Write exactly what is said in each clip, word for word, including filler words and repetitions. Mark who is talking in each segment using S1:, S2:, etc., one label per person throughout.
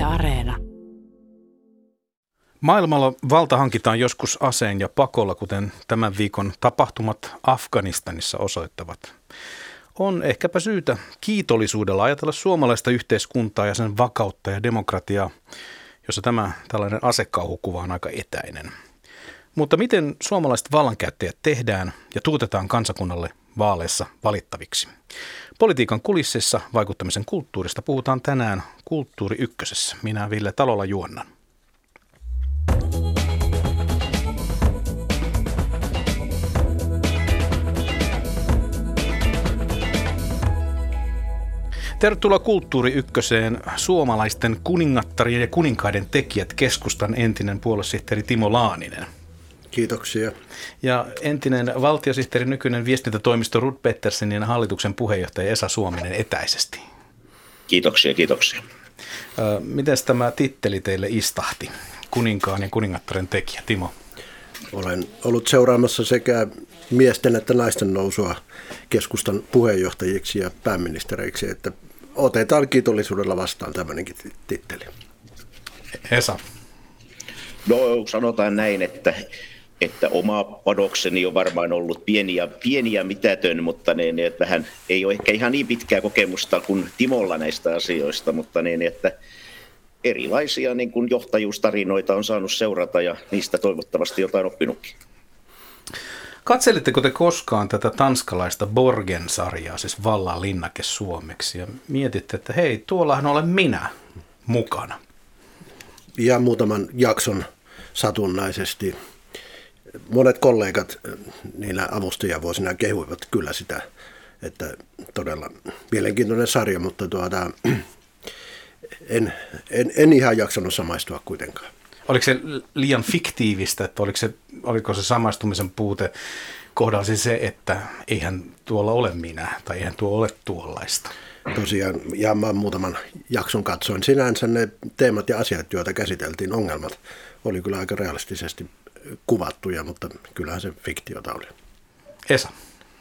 S1: Areena.
S2: Maailmalla valta hankitaan joskus aseen ja pakolla, kuten tämän viikon tapahtumat Afganistanissa osoittavat. On ehkäpä syytä kiitollisuudella ajatella suomalaista yhteiskuntaa ja sen vakautta ja demokratiaa, jossa tämä tällainen asekauhukuva on aika etäinen. Mutta miten suomalaiset vallankäyttäjät tehdään ja tuotetaan kansakunnalle vaaleissa valittaviksi? Politiikan kulississa vaikuttamisen kulttuurista puhutaan tänään Kulttuuri Ykkösessä. Minä Ville Talola juonnan. Tervetuloa Kulttuuri Ykköseen, suomalaisten kuningattarien ja kuninkaiden tekijät, keskustan entinen puoluesihteeri Timo Laaninen.
S3: Kiitoksia.
S2: Ja entinen valtiosihteeri, nykyinen viestintätoimisto Ruth Pettersen ja hallituksen puheenjohtaja Esa Suominen etäisesti.
S4: Kiitoksia, kiitoksia.
S2: Miten tämä titteli teille istahti, kuninkaan ja kuningattaren tekijä, Timo?
S3: Olen ollut seuraamassa sekä miesten että naisten nousua keskustan puheenjohtajiksi ja pääministereiksi, että otetaan kiitollisuudella vastaan tämmöinenkin titteli.
S2: Esa.
S4: No sanotaan näin, että, että oma padokseni on varmaan ollut pieni ja, pieni ja mitätön, mutta ne, ne, että vähän ei ole ehkä ihan niin pitkää kokemusta kuin Timolla näistä asioista, mutta ne, että erilaisia niin kuin johtajuustarinoita on saanut seurata ja niistä toivottavasti jotain oppinutkin.
S2: Katselitteko te koskaan tätä tanskalaista Borgen-sarjaa, siis Vallan linnake suomeksi, ja mietitte, että hei, tuollahan olen minä mukana?
S3: Ja muutaman jakson satunnaisesti. Monet kollegat niillä avustajavuosina kehuivat kyllä sitä, että todella mielenkiintoinen sarja, mutta tuota, en, en, en ihan jaksanut samaistua kuitenkaan.
S2: Oliko se liian fiktiivistä, että oliko se, oliko se samaistumisen puute kohdalla se, että eihän tuolla ole minä tai eihän tuo ole tuollaista?
S3: Tosiaan, ja mä muutaman jakson katsoin. Sinänsä ne teemat ja asiat, joita käsiteltiin, ongelmat, oli kyllä aika realistisesti kuvattuja, mutta kyllähän se fiktiota oli.
S2: Esa.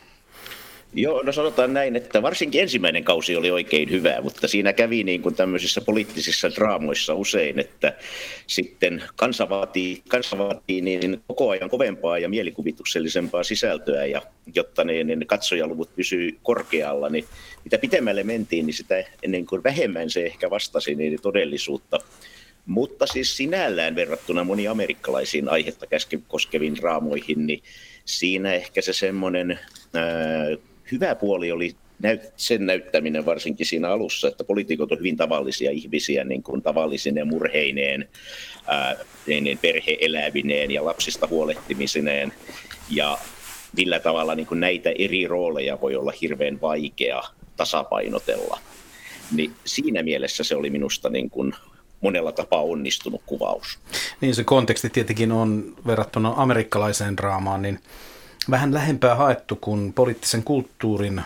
S4: Joo, no sanotaan näin, että varsinkin ensimmäinen kausi oli oikein hyvä, mutta siinä kävi niin kuin tämmöisissä poliittisissa draamoissa usein, että sitten kansa vaatii, kansa vaatii niin koko ajan kovempaa ja mielikuvituksellisempaa sisältöä, ja jotta ne, ne katsojaluvut pysyy korkealla, niin mitä pitemmälle mentiin, niin sitä ennen kuin vähemmän se ehkä vastasi niin todellisuutta. Mutta siis sinällään verrattuna moniin amerikkalaisiin aihetta koskeviin draamoihin, niin siinä ehkä se semmoinen ää, hyvä puoli oli näyt- sen näyttäminen varsinkin siinä alussa, että poliitikot on hyvin tavallisia ihmisiä, niin kuin tavallisine murheineen, ää, perhe-elävineen ja lapsista huolehtimisineen. Ja millä tavalla niin kuin näitä eri rooleja voi olla hirveän vaikea tasapainotella. Niin siinä mielessä se oli minusta niin kuin monella tapaa onnistunut kuvaus.
S2: Niin se konteksti tietenkin on verrattuna amerikkalaiseen draamaan, niin vähän lähempää haettu kuin poliittisen kulttuurin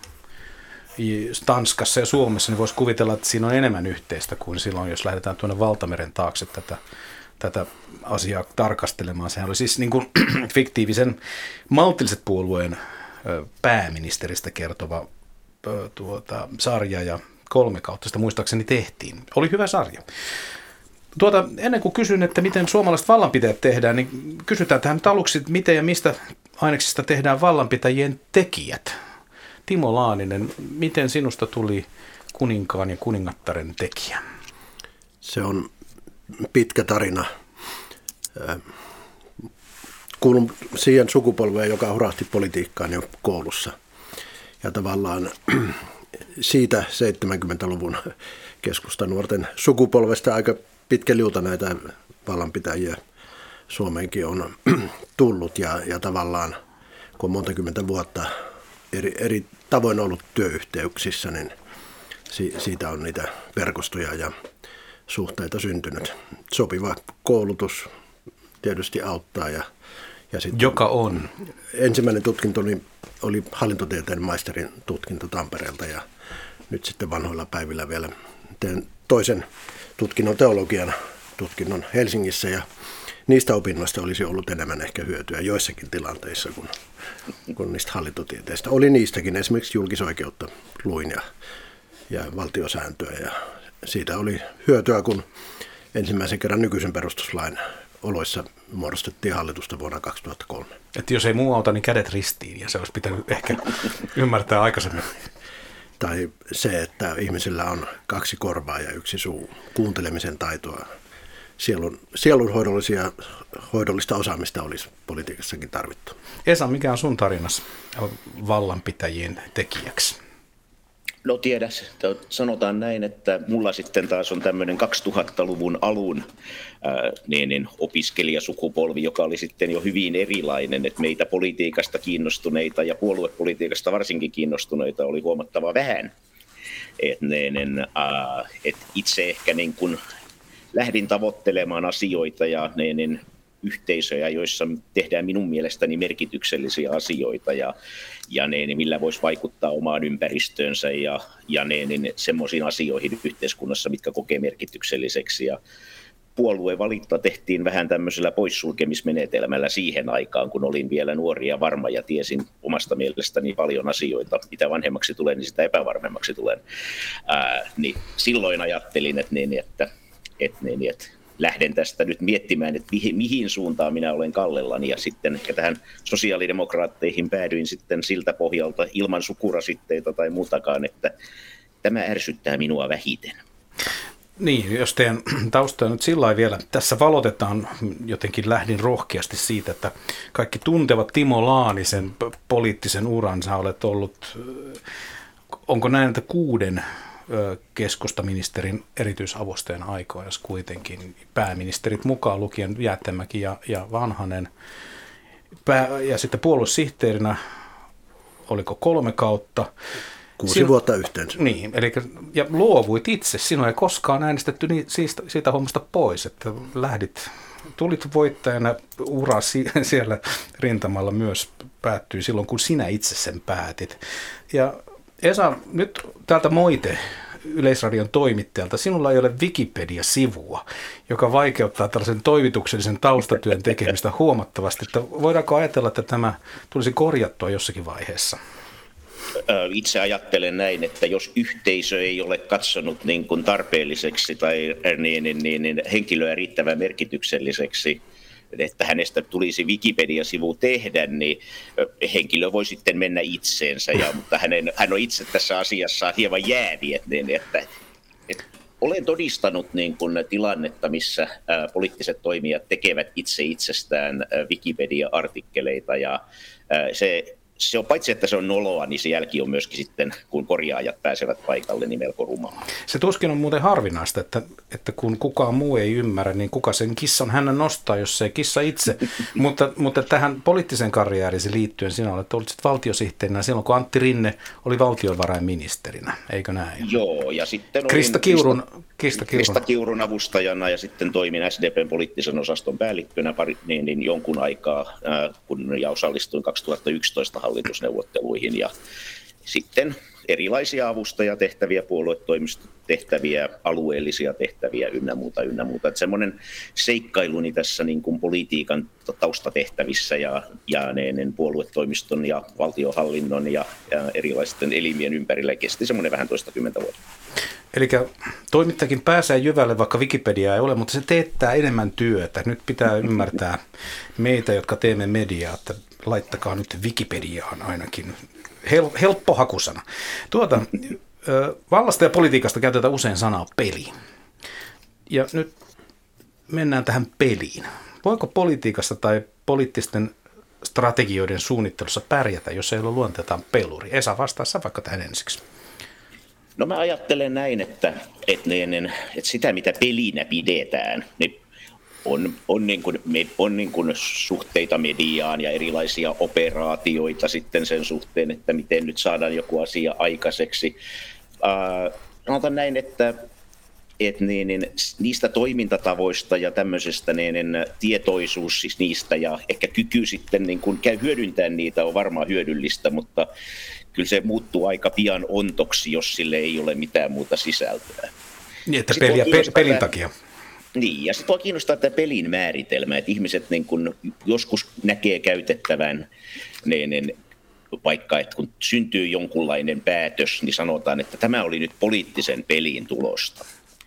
S2: Tanskassa ja Suomessa, niin voisi kuvitella, että siinä on enemmän yhteistä kuin silloin, jos lähdetään tuonne valtameren taakse tätä, tätä asiaa tarkastelemaan. Sehän oli siis niin kuin fiktiivisen maltilliset puolueen pääministeristä kertova tuota, sarja ja kolme kautta sitä muistaakseni tehtiin. Oli hyvä sarja. Tuota, ennen kuin kysyn, että miten suomalaiset vallanpitäjät tehdään, niin kysytään tähän aluksi, että miten ja mistä aineksista tehdään vallanpitäjien tekijät. Timo Laaninen, miten sinusta tuli kuninkaan ja kuningattaren tekijä?
S3: Se on pitkä tarina. Kuulun siihen sukupolveen, joka hurahti politiikkaan jo koulussa. Ja tavallaan siitä seitsemänkymmentäluvun keskustanuorten sukupolvesta aika pitkä liuta näitä vallanpitäjiä Suomeenkin on tullut, ja, ja tavallaan kun on monta kymmentä vuotta eri, eri tavoin ollut työyhteyksissä, niin si, siitä on niitä verkostoja ja suhteita syntynyt. Sopiva koulutus tietysti auttaa. Ja, ja sitten
S2: joka on?
S3: Ensimmäinen tutkinto oli, oli hallintotieteen maisterin tutkinto Tampereelta, ja nyt sitten vanhoilla päivillä vielä teen toisen tutkinnon teologian tutkinnon Helsingissä, ja niistä opinnoista olisi ollut enemmän ehkä hyötyä joissakin tilanteissa kuin, kuin niistä hallintotieteistä. Oli niistäkin, esimerkiksi julkisoikeutta luin ja, ja valtiosääntöä ja siitä oli hyötyä, kun ensimmäisen kerran nykyisen perustuslain oloissa muodostettiin hallitusta vuonna kaksituhattakolme.
S2: Että jos ei muu auta, niin kädet ristiin, ja se olisi pitänyt ehkä ymmärtää aikaisemmin.
S3: Tai se, että ihmisillä on kaksi korvaa ja yksi suu, kuuntelemisen taitoa. Sielun, sielunhoidollisia, hoidollista osaamista olisi politiikassakin tarvittu.
S2: Esa, mikä on sun tarinas vallanpitäjien tekijäksi?
S4: No tiedäs, sanotaan näin, että mulla sitten taas on tämmöinen kaksituhattaluvun alun ää, niin, niin opiskelijasukupolvi, joka oli sitten jo hyvin erilainen, että meitä politiikasta kiinnostuneita ja puoluepolitiikasta varsinkin kiinnostuneita oli huomattava vähän. Et, niin, niin, ää, et itse ehkä niin kun lähdin tavoittelemaan asioita ja niin, niin, yhteisöjä, joissa tehdään minun mielestäni merkityksellisiä asioita ja, ja ne, ne, millä voisi vaikuttaa omaan ympäristöönsä ja, ja ne, ne, semmoisiin asioihin yhteiskunnassa, mitkä kokee merkitykselliseksi. Ja puoluevalinta tehtiin vähän tämmöisellä poissulkemismenetelmällä siihen aikaan, kun olin vielä nuori ja varma ja tiesin omasta mielestäni paljon asioita. Mitä vanhemmaksi tulen, niin sitä epävarmemmaksi tulen. Ää, niin silloin ajattelin, että, niin, että, että, niin, että lähden tästä nyt miettimään, että mihin, mihin suuntaan minä olen kallellani, ja sitten ehkä tähän sosiaalidemokraatteihin päädyin sitten siltä pohjalta ilman sukurasitteita tai muutakaan, että tämä ärsyttää minua vähiten.
S2: Niin, jos teidän tausta on nyt sillä lailla vielä, tässä valotetaan, jotenkin lähdin rohkeasti siitä, että kaikki tuntevat Timo Laanisen poliittisen uransa, olet ollut, onko näin, että kuuden keskustaministerin erityisavustajan aikoina, jos kuitenkin pääministerit mukaan lukien Jäätteenmäki ja, ja Vanhanen. Pää, ja sitten puoluesihteerinä, oliko kolme kautta.
S3: Kuusi Sin, vuotta yhteensä.
S2: Niin, eli ja luovuit itse. Sinua ei koskaan äänestetty niin, siitä, siitä hommasta pois, että lähdit, tulit voittajana, ura siellä rintamalla myös päättyi silloin, kun sinä itse sen päätit. Ja Esa, nyt täältä moite Yleisradion toimittajalta. Sinulla ei ole Wikipedia-sivua, joka vaikeuttaa tällaisen toimituksellisen taustatyön tekemistä huomattavasti. Että voidaanko ajatella, että tämä tulisi korjattua jossakin vaiheessa?
S4: Itse ajattelen näin, että jos yhteisö ei ole katsonut niin kuin tarpeelliseksi tai niin, niin, niin, niin henkilöä riittävän merkitykselliseksi, että hänestä tulisi Wikipedia-sivu tehdä, niin henkilö voi sitten mennä itseensä, ja, mutta hänen, hän on itse tässä asiassa hieman jäävi, että, että, että olen todistanut niin kuin tilannetta, missä ää, poliittiset toimijat tekevät itse itsestään ää, Wikipedia-artikkeleita, ja ää, se Se on paitsi, että se on noloa, niin se jälki on myöskin sitten, kun korjaajat pääsevät paikalle, niin melko rumaa.
S2: Se tuskin on muuten harvinaista, että, että kun kukaan muu ei ymmärrä, niin kuka sen kissan hänen nostaa, jos se ei kissa itse. mutta, mutta tähän poliittisen karjäärisi liittyen sinä olet ollut sitten valtiosihteerinä silloin, kun Antti Rinne oli valtiovarainministerinä, eikö näin?
S4: Joo, ja sitten olin
S2: Krista Kiurun, Krista Kiurun.
S4: Krista Kiurun avustajana ja sitten toimin S D P:n poliittisen osaston päällikkönä pari, niin, niin jonkun aikaa, ää, kun ja osallistuin kaksituhattayksitoista hallitusneuvotteluihin, ja sitten erilaisia avustajatehtäviä, puoluetoimistotehtäviä, alueellisia tehtäviä ynnä muuta, ynnä muuta. Että semmoinen seikkailuni tässä niin kuin politiikan taustatehtävissä ja, ja ne, ne puoluetoimiston ja valtionhallinnon ja, ja erilaisten elimien ympärillä kesti semmoinen vähän toistakymmentä vuotta.
S2: Eli toimittajakin pääsee jyvälle, vaikka Wikipedia ei ole, mutta se teettää enemmän työtä. Nyt pitää ymmärtää meitä, jotka teemme mediaa, että laittakaa nyt Wikipediaan ainakin. Hel- helppo hakusana. Tuota, vallasta ja politiikasta käytetään usein sanaa peli. Ja nyt mennään tähän peliin. Voiko politiikassa tai poliittisten strategioiden suunnittelussa pärjätä, jos ei ole luonteeltaan peluri? Esa, vastaa sä vaikka tähän ensiksi.
S4: No mä ajattelen näin, että, että, ne, että sitä mitä pelinä pidetään, niin on, on, niin kuin, on niin kuin suhteita mediaan ja erilaisia operaatioita sitten sen suhteen, että miten nyt saadaan joku asia aikaiseksi. Äh, sanotaan näin, että, että niin, niin, niistä toimintatavoista ja tämmöisestä niin, niin, tietoisuus siis niistä ja ehkä kyky sitten niin kuin käy hyödyntää niitä on varmaan hyödyllistä, mutta kyllä se muuttuu aika pian ontoksi, jos sille ei ole mitään muuta sisältöä.
S2: Niin, että peliä, pe- pelin takia.
S4: Niin, ja sitten kiinnostaa tämä pelin määritelmä, että ihmiset niin kun joskus näkee käytettävän, niin, niin, vaikka että kun syntyy jonkunlainen päätös, niin sanotaan, että tämä oli nyt poliittisen pelin tulosta.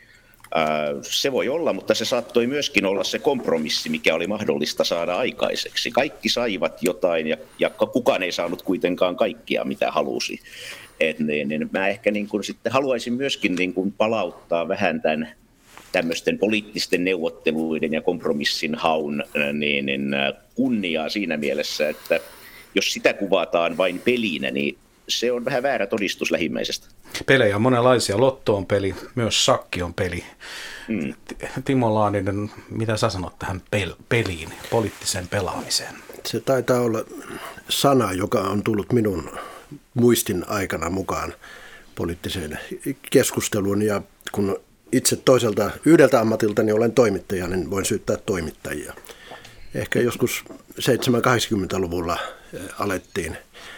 S4: Se voi olla, mutta se saattoi myöskin olla se kompromissi, mikä oli mahdollista saada aikaiseksi. Kaikki saivat jotain ja, ja kukaan ei saanut kuitenkaan kaikkia, mitä halusi. Et niin, niin mä ehkä niin kuin sitten haluaisin myöskin niin kuin palauttaa vähän tämän tämmöisten poliittisten neuvotteluiden ja kompromissin haun niin, niin kunniaa siinä mielessä, että jos sitä kuvataan vain pelinä, niin se on vähän väärä todistus lähimmäisestä.
S2: Pelejä on monenlaisia. Lotto on peli, myös sakki on peli. Mm. Timo Laaninen, mitä sä sanot tähän pel- peliin, poliittiseen pelaamiseen?
S3: Se taitaa olla sana, joka on tullut minun muistin aikana mukaan poliittiseen keskusteluun. Ja kun itse toiselta yhdeltä ammatilta niin olen toimittaja, niin voin syyttää toimittajia. Ehkä joskus seitsemänkymmentä-kahdeksankymmentäluvulla alettiin.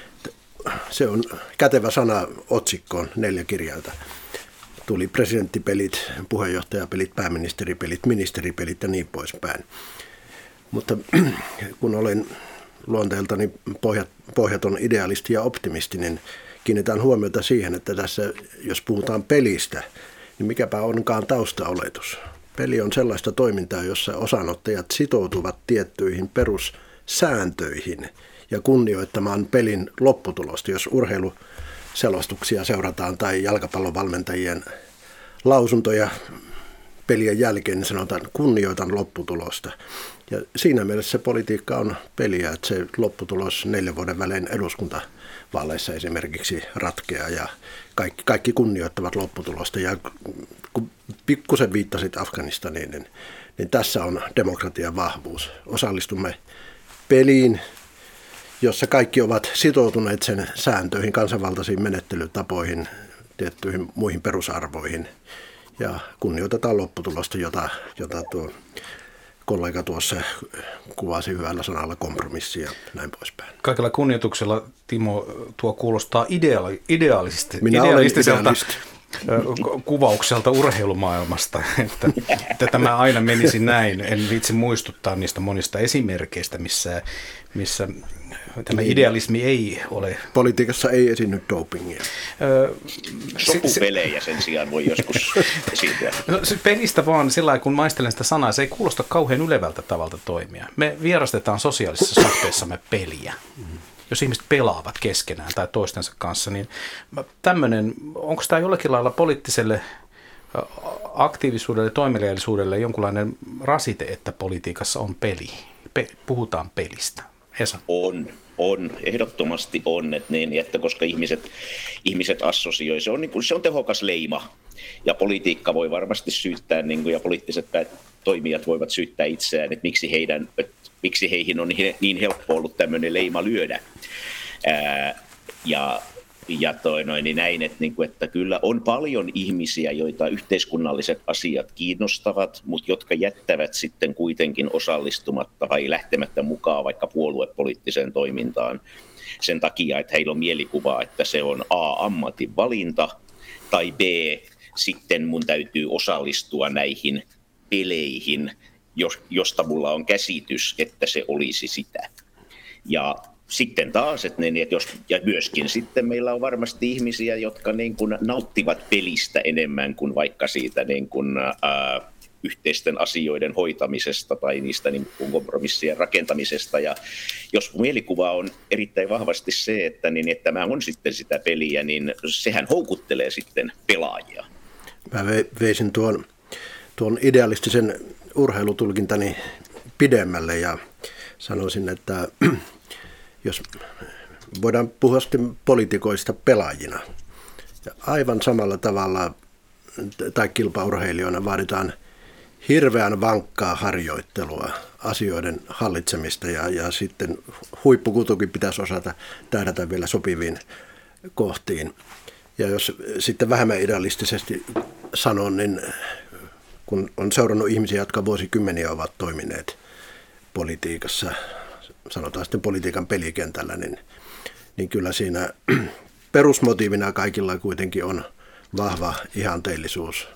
S3: Se on kätevä sana otsikkoon, neljä kirjainta. Tuli presidenttipelit, puheenjohtajapelit, pääministeripelit, ministeripelit ja niin poispäin. Mutta kun olen luonteeltani pohjat, pohjaton idealisti ja optimisti, niin kiinnitän huomiota siihen, että tässä, jos puhutaan pelistä, niin mikäpä onkaan taustaoletus. Peli on sellaista toimintaa, jossa osanottajat sitoutuvat tiettyihin perussääntöihin ja kunnioittamaan pelin lopputulosta. Jos urheiluselostuksia seurataan tai jalkapallovalmentajien lausuntoja pelien jälkeen, niin sanotaan kunnioitan lopputulosta. Ja siinä mielessä se politiikka on peliä, että se lopputulos neljän vuoden välein eduskuntavaaleissa esimerkiksi ratkeaa ja kaikki, kaikki kunnioittavat lopputulosta. Ja kun pikkusen viittasit Afganistaniin, niin, niin tässä on demokratian vahvuus. Osallistumme peliin, jossa kaikki ovat sitoutuneet sen sääntöihin, kansanvaltaisiin menettelytapoihin, tiettyihin muihin perusarvoihin ja kunnioitetaan lopputulosta, jota, jota tuo kollega tuossa kuvasi hyvällä sanalla kompromissi ja näin poispäin.
S2: Kaikella kunnioituksella, Timo, tuo kuulostaa ideaali, ideaalisesti,
S3: Minä
S2: idealistiselta kuvaukselta urheilumaailmasta, että, että tämä aina menisi näin. En viitsi muistuttaa niistä monista esimerkkeistä, missä, missä tämä idealismi ei ole.
S3: Politiikassa ei esiinny dopingia.
S4: Sopupelejä sen sijaan voi joskus esiintyä.
S2: No, se pelistä vaan sillä lailla, kun maistelen sitä sanaa, se ei kuulosta kauhean ylevältä tavalta toimia. Me vierastetaan sosiaalisissa suhteissamme peliä. Mm-hmm. Jos ihmiset pelaavat keskenään tai toistensa kanssa, niin tämmöinen, onko tämä jollakin lailla poliittiselle aktiivisuudelle, toimeliaisuudelle jonkunlainen rasite, että politiikassa on peli, Pe- puhutaan pelistä? Esa?
S4: On, on, ehdottomasti on, että, niin, että koska ihmiset, ihmiset assosioi, se on, niin kuin, se on tehokas leima ja politiikka voi varmasti syyttää niin kuin, ja poliittiset toimijat voivat syyttää itseään, että miksi, heidän, että miksi heihin on niin helppo ollut tämmöinen leima lyödä. Ää, ja Ja toi noin, niin näin, että, niin kuin, että kyllä on paljon ihmisiä, joita yhteiskunnalliset asiat kiinnostavat, mutta jotka jättävät sitten kuitenkin osallistumatta tai lähtemättä mukaan vaikka puoluepoliittiseen toimintaan sen takia, että heillä on mielikuva, että se on A, ammatin valinta, tai B, sitten mun täytyy osallistua näihin peleihin, josta mulla on käsitys, että se olisi sitä. Ja sitten taas, että, ne, että jos, ja myöskin sitten meillä on varmasti ihmisiä, jotka niin kuin nauttivat pelistä enemmän kuin vaikka siitä niin kuin, ää, yhteisten asioiden hoitamisesta tai niistä niin kuin kompromissien rakentamisesta. Ja jos mielikuva on erittäin vahvasti se, että, niin, että tämä on sitten sitä peliä, niin sehän houkuttelee sitten pelaajia.
S3: Mä veisin tuon, tuon idealistisen urheilutulkintani pidemmälle ja sanoisin, että jos voidaan puhua sitten poliitikoista pelaajina. Ja aivan samalla tavalla tai kilpaurheilijoina vaaditaan hirveän vankkaa harjoittelua, asioiden hallitsemista ja, ja sitten huippukutukin pitäisi osata tähdätä vielä sopiviin kohtiin. Ja jos sitten vähemmän idealistisesti sanon, niin kun on seurannut ihmisiä, jotka vuosikymmeniä ovat toimineet politiikassa, sanotaan sitten politiikan pelikentällä, niin, niin kyllä siinä perusmotiivina kaikilla kuitenkin on vahva ihanteellisuus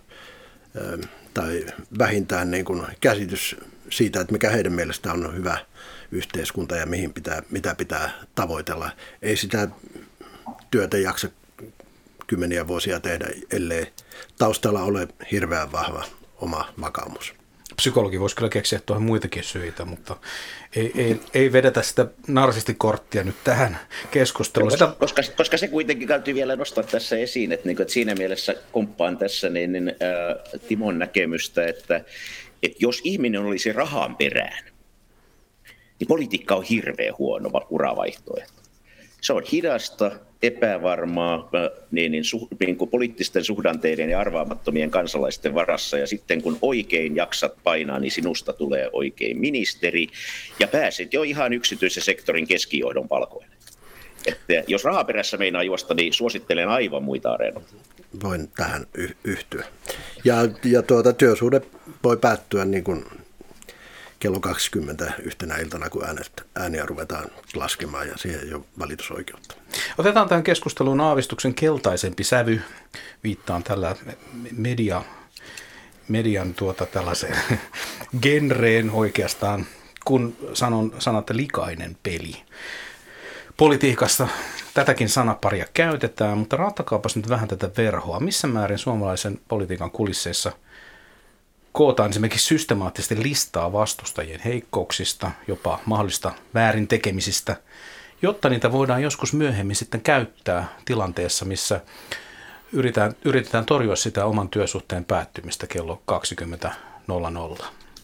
S3: tai vähintään niin kuin käsitys siitä, että mikä heidän mielestään on hyvä yhteiskunta ja mihin pitää, mitä pitää tavoitella. Ei sitä työtä jaksa kymmeniä vuosia tehdä, ellei taustalla ole hirveän vahva oma vakaumus.
S2: Psykologi voisi kyllä keksiä tuohon muitakin syitä, mutta ei, ei, ei vedetä sitä narsistikorttia nyt tähän keskusteluun. Sitä...
S4: Koska, koska se kuitenkin täytyy vielä nostaa tässä esiin, että, niin, että siinä mielessä komppaan tässä niin, niin, äh, Timon näkemystä, että, että jos ihminen olisi rahan perään, niin politiikka on hirveän huono uravaihtoehto. Se on hidasta, epävarmaa, niin, niin, su, niin kuin poliittisten suhdanteiden ja arvaamattomien kansalaisten varassa. Ja sitten kun oikein jaksat painaa, niin sinusta tulee oikein ministeri. Ja pääset jo ihan yksityisen sektorin keskijohdon palkoille. Että jos rahaperässä meinaa juosta, niin suosittelen aivan muita areenoita.
S3: Voin tähän y- yhtyä. Ja, ja tuota, työsuhde voi päättyä niin kuin kello kaksikymmentä yhtenä iltana, kun äänet, ääniä ruvetaan laskemaan ja siihen ei ole valitusoikeutta.
S2: Otetaan tähän keskusteluun aavistuksen keltaisempi sävy. Viittaan tällä media, median tuota tällaiseen genreen oikeastaan, kun sanon sanat likainen peli. Politiikassa tätäkin sanaparia käytetään, mutta raattakaapas nyt vähän tätä verhoa. Missä määrin suomalaisen politiikan kulisseissa kootaan esimerkiksi systemaattisesti listaa vastustajien heikkouksista, jopa mahdollista väärin tekemisistä, jotta niitä voidaan joskus myöhemmin sitten käyttää tilanteessa, missä yritetään, yritetään torjua sitä oman työsuhteen päättymistä kello kaksikymmentä nolla nolla.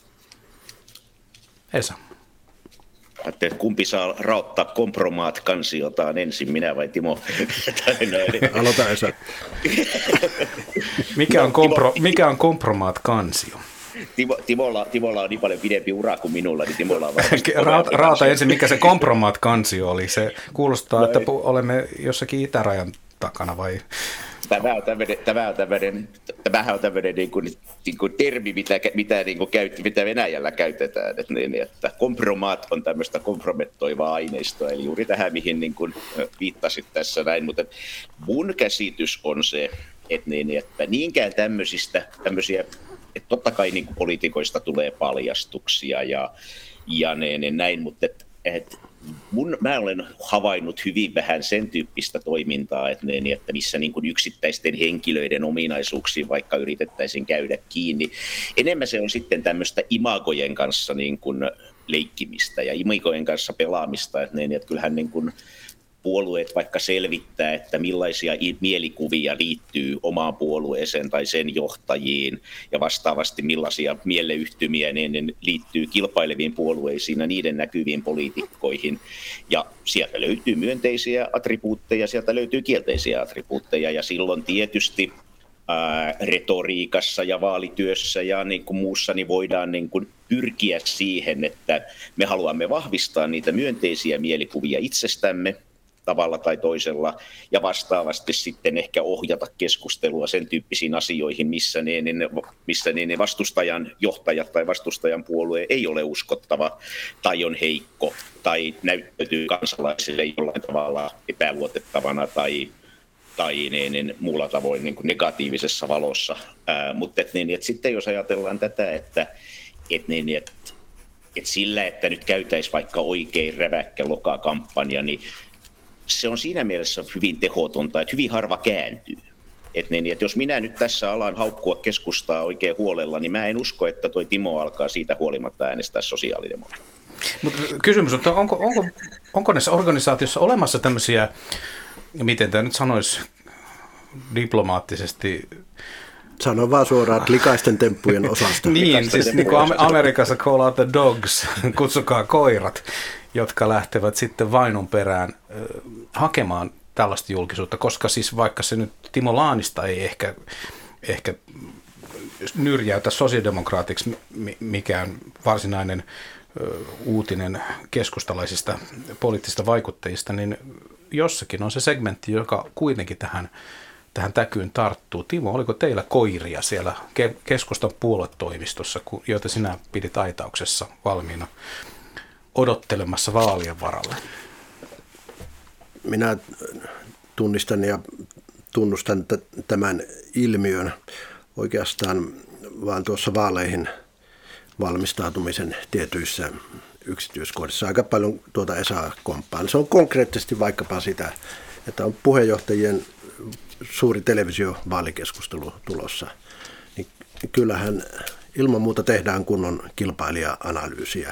S2: Esa.
S4: Että kumpi saa raottaa kompromaat-kansiotaan ensin, minä vai Timo?
S3: Aloita Esa.
S2: Mikä on, kompro, mikä on kompromaat-kansio?
S4: Timo, Timolla, Timolla on niin paljon pidempi ura kuin minulla, niin Timolla on varmasti
S2: Raata, raata ensin, mikä se kompromaat-kansio oli. Se kuulostaa, no, että olemme jossakin itärajan takana vai...
S4: Tämä on tämmöinen, tämä on tämmöinen, tämähän on tämmöinen niin kuin, niin kuin termi, mitä, mitä, niin kuin käyt, mitä Venäjällä käytetään. Että, niin, että kompromaat on tämmöistä kompromettoivaa aineistoa, eli juuri tähän, mihin niin kuin viittasit tässä näin. Mutta mun käsitys on se, että, niin, että niinkään tämmöisistä, tämmöisiä, että totta kai niin kuin poliitikoista tulee paljastuksia ja, ja ne, ne näin, mutta että, että Mun, mä olen havainnut hyvin vähän sen tyyppistä toimintaa, että, ne, että missä niin kuin yksittäisten henkilöiden ominaisuuksiin vaikka yritettäisiin käydä kiinni. Enemmän se on sitten tämmöistä imagojen kanssa niin kuin leikkimistä ja imagojen kanssa pelaamista. Että, ne, että kyllähän niin kuin puolueet vaikka selvittää, että millaisia mielikuvia liittyy omaan puolueeseen tai sen johtajiin ja vastaavasti millaisia mieleyhtymiä niin liittyy kilpaileviin puolueisiin ja niiden näkyviin poliitikkoihin. Ja sieltä löytyy myönteisiä attribuutteja, sieltä löytyy kielteisiä attribuutteja ja silloin tietysti ää, retoriikassa ja vaalityössä ja niin kuin muussa niin voidaan niin kuin pyrkiä siihen, että me haluamme vahvistaa niitä myönteisiä mielikuvia itsestämme tavalla tai toisella, ja vastaavasti sitten ehkä ohjata keskustelua sen tyyppisiin asioihin, missä ne, ne, missä ne, ne vastustajan johtajat tai vastustajan puolue ei ole uskottava tai on heikko tai näyttäytyy kansalaisille jollain tavalla epäluotettavana tai, tai ne, ne, muulla tavoin niin kuin negatiivisessa valossa. Ää, mutta et, ne, et sitten jos ajatellaan tätä, että et, ne, et, et sillä, että nyt käytäisiin vaikka oikein räväkkä lokakampanja, niin se on siinä mielessä hyvin tehotonta, että hyvin harva kääntyy. Et niin, että jos minä nyt tässä alan haukkua keskustaa oikein huolella, niin mä en usko, että toi Timo alkaa siitä huolimatta äänestää sosiaalidemokraattia.
S2: Mutta kysymys on, onko, onko, onko näissä organisaatioissa olemassa tämmöisiä, miten tämä nyt sanoisi diplomaattisesti...
S3: Sano vaan suoraan, että likaisten temppujen osasta.
S2: Niin, siis niin kuin Amerikassa call out the dogs, kutsukaa koirat, jotka lähtevät sitten vainon perään äh, hakemaan tällaista julkisuutta, koska siis vaikka se nyt Timo Laanista ei ehkä, ehkä nyrjäytä sosiaalidemokraatiksi mikään varsinainen äh, uutinen keskustalaisista poliittisista vaikuttajista, niin jossakin on se segmentti, joka kuitenkin tähän tähän täkyyn tarttuu. Timo, oliko teillä koiria siellä keskustan puoluetoimistossa, joita sinä pidit aitauksessa valmiina odottelemassa vaalien varalle?
S3: Minä tunnistan ja tunnustan t- tämän ilmiön oikeastaan vaan tuossa vaaleihin valmistautumisen tietyissä yksityiskohdissa. Aika paljon tuota Esaa komppaan. Se on konkreettisesti vaikkapa sitä, että on puheenjohtajien suuri televisiovaalikeskustelu tulossa, niin kyllähän ilman muuta tehdään kunnon kilpailija-analyysiä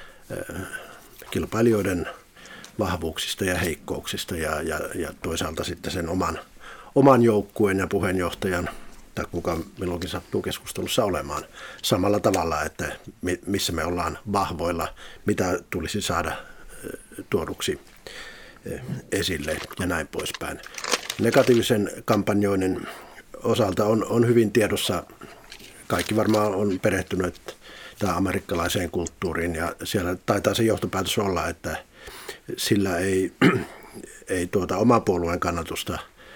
S3: kilpailijoiden vahvuuksista ja heikkouksista ja, ja, ja toisaalta sitten sen oman, oman joukkueen ja puheenjohtajan tai kuka milloinkin sattuu keskustelussa olemaan samalla tavalla, että missä me ollaan vahvoilla, mitä tulisi saada tuoduksi esille ja näin poispäin. Negatiivisen kampanjoinnin osalta on, on hyvin tiedossa, kaikki varmaan on perehtynyt tähän amerikkalaiseen kulttuuriin ja siellä taitaa se johtopäätös olla, että sillä ei, ei tuota omaa puolueen kannatusta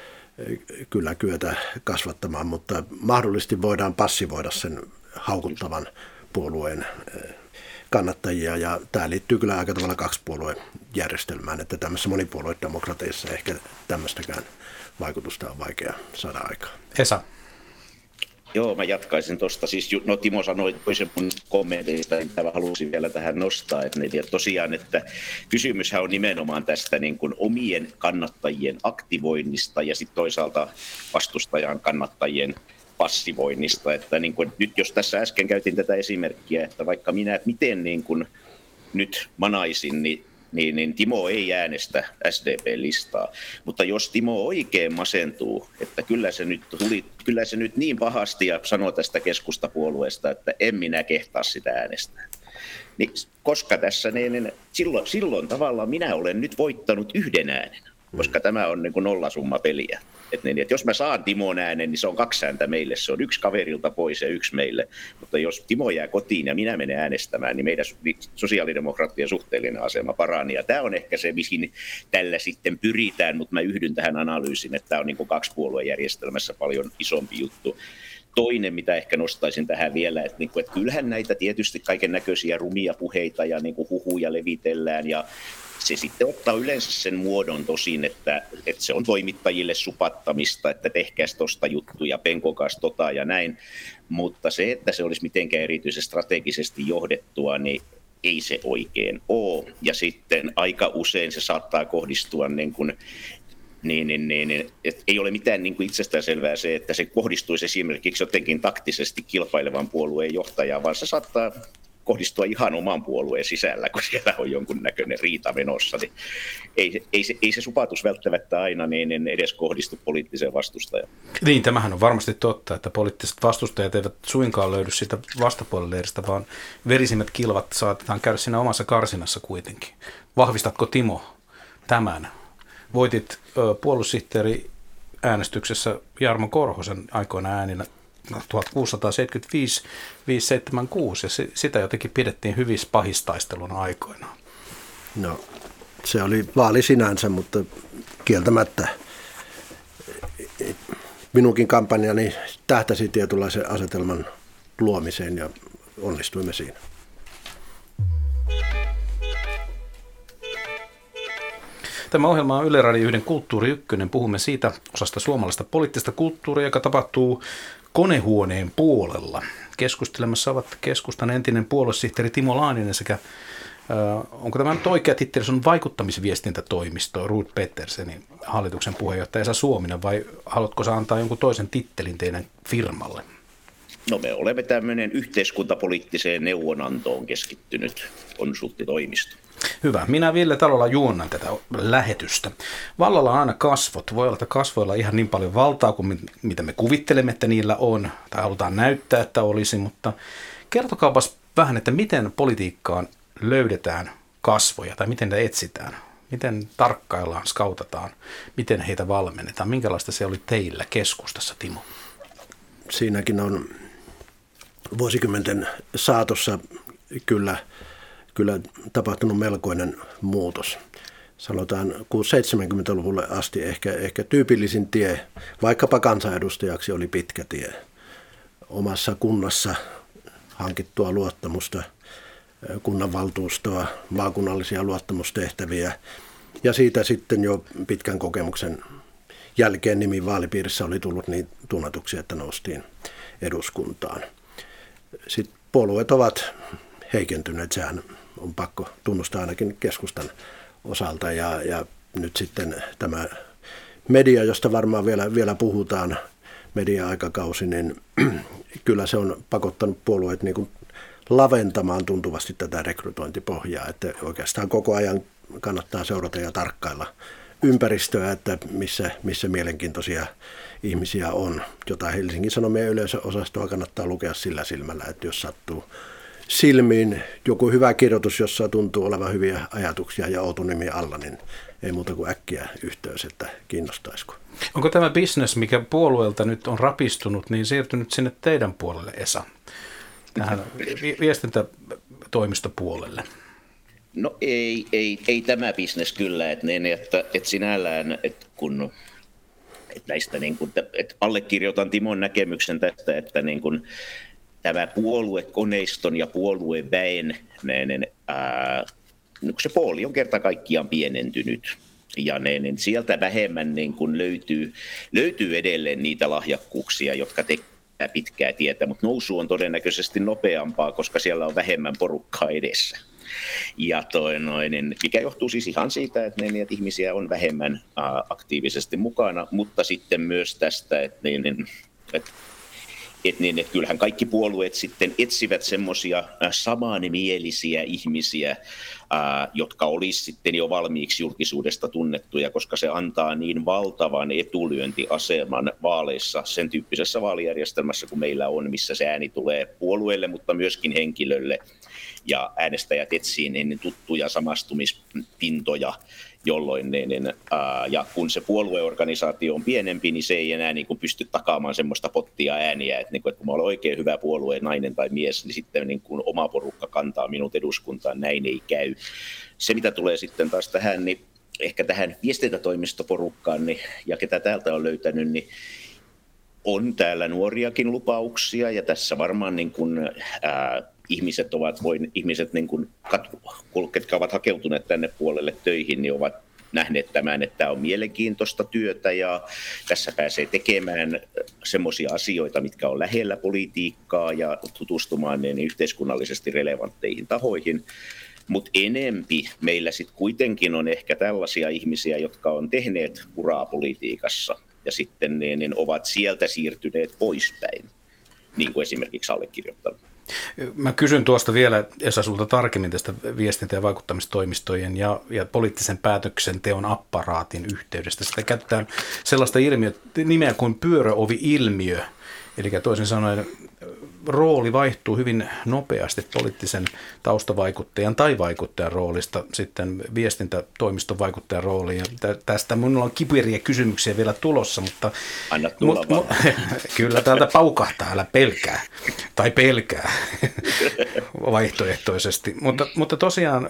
S3: kyllä kyetä kasvattamaan, mutta mahdollisesti voidaan passivoida sen haukuttavan puolueen kannattajia ja tämä liittyy kyllä aika tavalla kaksipuoluejärjestelmään, että tämmöisessä monipuoluedemokrateissa ehkä tämmöistäkään vaikutusta on vaikea saada aikaan.
S2: Esa.
S4: Joo, mä jatkaisin tuosta. Siis, no Timo sanoi toisen mun kommenteista, niin mä halusin vielä tähän nostaa. Että ne, tosiaan, että kysymyshän on nimenomaan tästä niin kuin omien kannattajien aktivoinnista ja sitten toisaalta vastustajan kannattajien passivoinnista. Että niin kuin, nyt jos tässä äsken käytin tätä esimerkkiä, että vaikka minä miten niin kuin nyt manaisin, niin Niin, niin Timo ei äänestä S D P-listaa. Mutta jos Timo oikein masentuu, että kyllä se nyt tuli, kyllä se nyt niin pahasti ja sanoo tästä keskustapuolueesta, että en minä kehtaa sitä äänestää. Niin koska tässä, niin, niin silloin, silloin tavallaan minä olen nyt voittanut yhden äänen, koska tämä on niin kuin nollasumma peliä. Että niin, että jos mä saan Timon äänen, niin se on kaksi ääntä meille. Se on yksi kaverilta pois ja yksi meille. Mutta jos Timo jää kotiin ja minä menen äänestämään, niin meidän sosiaalidemokraattien suhteellinen asema parani. Ja tämä on ehkä se, mihin tällä sitten pyritään, mutta mä yhdyn tähän analyysiin, että tämä on niin kuin kaksipuoluejärjestelmässä paljon isompi juttu. Toinen, mitä ehkä nostaisin tähän vielä, että, niin kuin, että kyllähän näitä tietysti kaiken näköisiä rumia puheita ja niin kuin huhuja levitellään ja se sitten ottaa yleensä sen muodon tosin, että, että se on toimittajille supattamista, että tehkääs tosta juttuja, penkokas tota ja näin, mutta se, että se olisi mitenkään erityisen strategisesti johdettua, niin ei se oikein ole. Ja sitten aika usein se saattaa kohdistua niin kuin Niin, niin, niin, että ei ole mitään niin kuin itsestäänselvää se, että se kohdistuisi esimerkiksi jotenkin taktisesti kilpailevan puolueen johtajaan, vaan se saattaa kohdistua ihan oman puolueen sisällä, kun siellä on jonkun näköinen riita menossa. Niin ei, ei, se, ei se supatus välttämättä aina niin edes kohdistu poliittiseen vastustajaan.
S2: Niin, tämähän on varmasti totta, että poliittiset vastustajat eivät suinkaan löydy siitä vastapuolileiristä, vaan verisimmät kilvat saatetaan käydä siinä omassa karsinassa kuitenkin. Vahvistatko Timo tämän? Voitit puolussihteeri äänestyksessä Jarmo Korhosen aikoina ääninä tuhatkuusisataaseitsemänkymmentäviisi viisisataaseitsemänkymmentäkuusi ja sitä jotenkin pidettiin hyvissä pahistaistelun aikoina.
S3: No se oli vaali sinänsä, mutta kieltämättä minunkin kampanjani tähtäsi tietynlaisen asetelman luomiseen ja onnistuimme siinä.
S2: Tämä ohjelma on Yle Radio yksi Kulttuuri Ykkönen. Puhumme siitä osasta suomalaista poliittista kulttuuria, joka tapahtuu konehuoneen puolella. Keskustelemassa ovat keskustan entinen puoluesihteeri Timo Laaninen sekä, äh, onko tämä nyt oikea titteli, se on vaikuttamisviestintätoimisto Ruud Petersenin hallituksen puheenjohtaja Esa Suominen, vai haluatko sä antaa jonkun toisen tittelin teidän firmalle?
S4: No me olemme tämmöinen yhteiskuntapoliittiseen neuvonantoon keskittynyt konsulttitoimisto.
S2: Hyvä. Minä Ville Talola juonnan tätä lähetystä. Vallalla on aina kasvot. Voi olla, että kasvoilla ihan niin paljon valtaa kuin mitä me kuvittelemme, että niillä on, tai halutaan näyttää, että olisi, mutta kertokaapas vähän, että miten politiikkaan löydetään kasvoja, tai miten ne etsitään, miten tarkkaillaan, skautataan, miten heitä valmennetaan, minkälaista se oli teillä keskustassa, Timo?
S3: Siinäkin on vuosikymmenten saatossa kyllä Kyllä tapahtunut melkoinen muutos. Sanotaan kuusikymmentä-seitsemänkymmentäluvulle asti ehkä, ehkä tyypillisin tie, vaikkapa kansanedustajaksi, oli pitkä tie. Omassa kunnassa hankittua luottamusta, kunnanvaltuustoa, maakunnallisia luottamustehtäviä ja siitä sitten jo pitkän kokemuksen jälkeen nimi vaalipiirissä oli tullut niin tunnetuksi, että noustiin eduskuntaan. Sitten puolueet ovat heikentyneet, sehän on pakko tunnustaa ainakin keskustan osalta ja, ja nyt sitten tämä media, josta varmaan vielä, vielä puhutaan, media-aikakausi, niin kyllä se on pakottanut puolueet niin kuin laventamaan tuntuvasti tätä rekrytointipohjaa, että oikeastaan koko ajan kannattaa seurata ja tarkkailla ympäristöä, että missä, missä mielenkiintoisia ihmisiä on, jota Helsingin Sanomien yleisöosastoa kannattaa lukea sillä silmällä, että jos sattuu silmiin joku hyvä kirjoitus, jossa tuntuu olevan hyviä ajatuksia ja outo nimi alla, niin ei muuta kuin äkkiä yhteys, että kiinnostaisiko.
S2: Onko tämä business, mikä puolueelta nyt on rapistunut, niin siirtynyt sinne teidän puolelle, Esa? Tähän vi- viestintätoimistopuolelle?
S4: No ei, ei, ei tämä bisnes kyllä, että, niin, että, että sinällään, että kun että näistä niin kuin, että allekirjoitan Timon näkemyksen tästä, että niin kuin, tämä puoluekoneiston ja puolueväen näinen, ää, se puoli on kerta kaikkiaan pienentynyt. Ja ne, niin sieltä vähemmän niin kuin löytyy, löytyy edelleen niitä lahjakkuuksia, jotka tekevät pitkää tietä, mutta nousu on todennäköisesti nopeampaa, koska siellä on vähemmän porukkaa edessä. Ja toi noin, mikä johtuu siis ihan siitä, että, ne, että ihmisiä on vähemmän ä, aktiivisesti mukana, mutta sitten myös tästä, että, niin, että, että, niin, että kyllähän kaikki puolueet sitten etsivät semmoisia samanmielisiä ihmisiä, ä, jotka olisi sitten jo valmiiksi julkisuudesta tunnettuja, koska se antaa niin valtavan etulyöntiaseman vaaleissa, sen tyyppisessä vaalijärjestelmässä kuin meillä on, missä se ääni tulee puolueelle, mutta myöskin henkilölle. Ja äänestäjät etsii niin tuttuja samastumispintoja, jolloin ne, ne, ää, ja kun se puolueorganisaatio on pienempi, niin se ei enää niin kuin pysty takaamaan semmoista pottia ääniä, että, niin kuin, että kun mä olen oikein hyvä puolue, nainen tai mies, niin sitten niin kuin oma porukka kantaa minut eduskuntaan, näin ei käy. Se, mitä tulee sitten taas tähän, niin ehkä tähän viestintätoimistoporukkaan, niin, ja ketä täältä on löytänyt, niin on täällä nuoriakin lupauksia, ja tässä varmaan niin kuin, ää, ihmiset ovat voin, ihmiset niin kuin, ketkä ovat hakeutuneet tänne puolelle töihin, niin ovat nähneet tämän, että tämä on mielenkiintoista työtä ja tässä pääsee tekemään semmoisia asioita, mitkä on lähellä politiikkaa ja tutustumaan niin yhteiskunnallisesti relevantteihin tahoihin. Mutta enempi meillä sitten kuitenkin on ehkä tällaisia ihmisiä, jotka on tehneet uraa politiikassa ja sitten niin, niin ovat sieltä siirtyneet poispäin, niin kuin esimerkiksi allekirjoittanut.
S2: Mä kysyn tuosta vielä, Esa, sulta tarkemmin tästä viestintä- ja vaikuttamistoimistojen ja, ja poliittisen päätöksenteon apparaatin yhteydestä. Sitä käytetään sellaista ilmiötä, nimeä kuin pyöröovi-ilmiö, eli toisin sanoen rooli vaihtuu hyvin nopeasti poliittisen taustavaikuttajan tai vaikuttajan roolista sitten viestintätoimiston vaikuttajan rooliin. Ja tästä minulla on kiperiä kysymyksiä vielä tulossa, mutta
S4: anna tulla
S2: mut, kyllä täältä paukahtaa, älä pelkää tai pelkää vaihtoehtoisesti. Mutta, mutta tosiaan,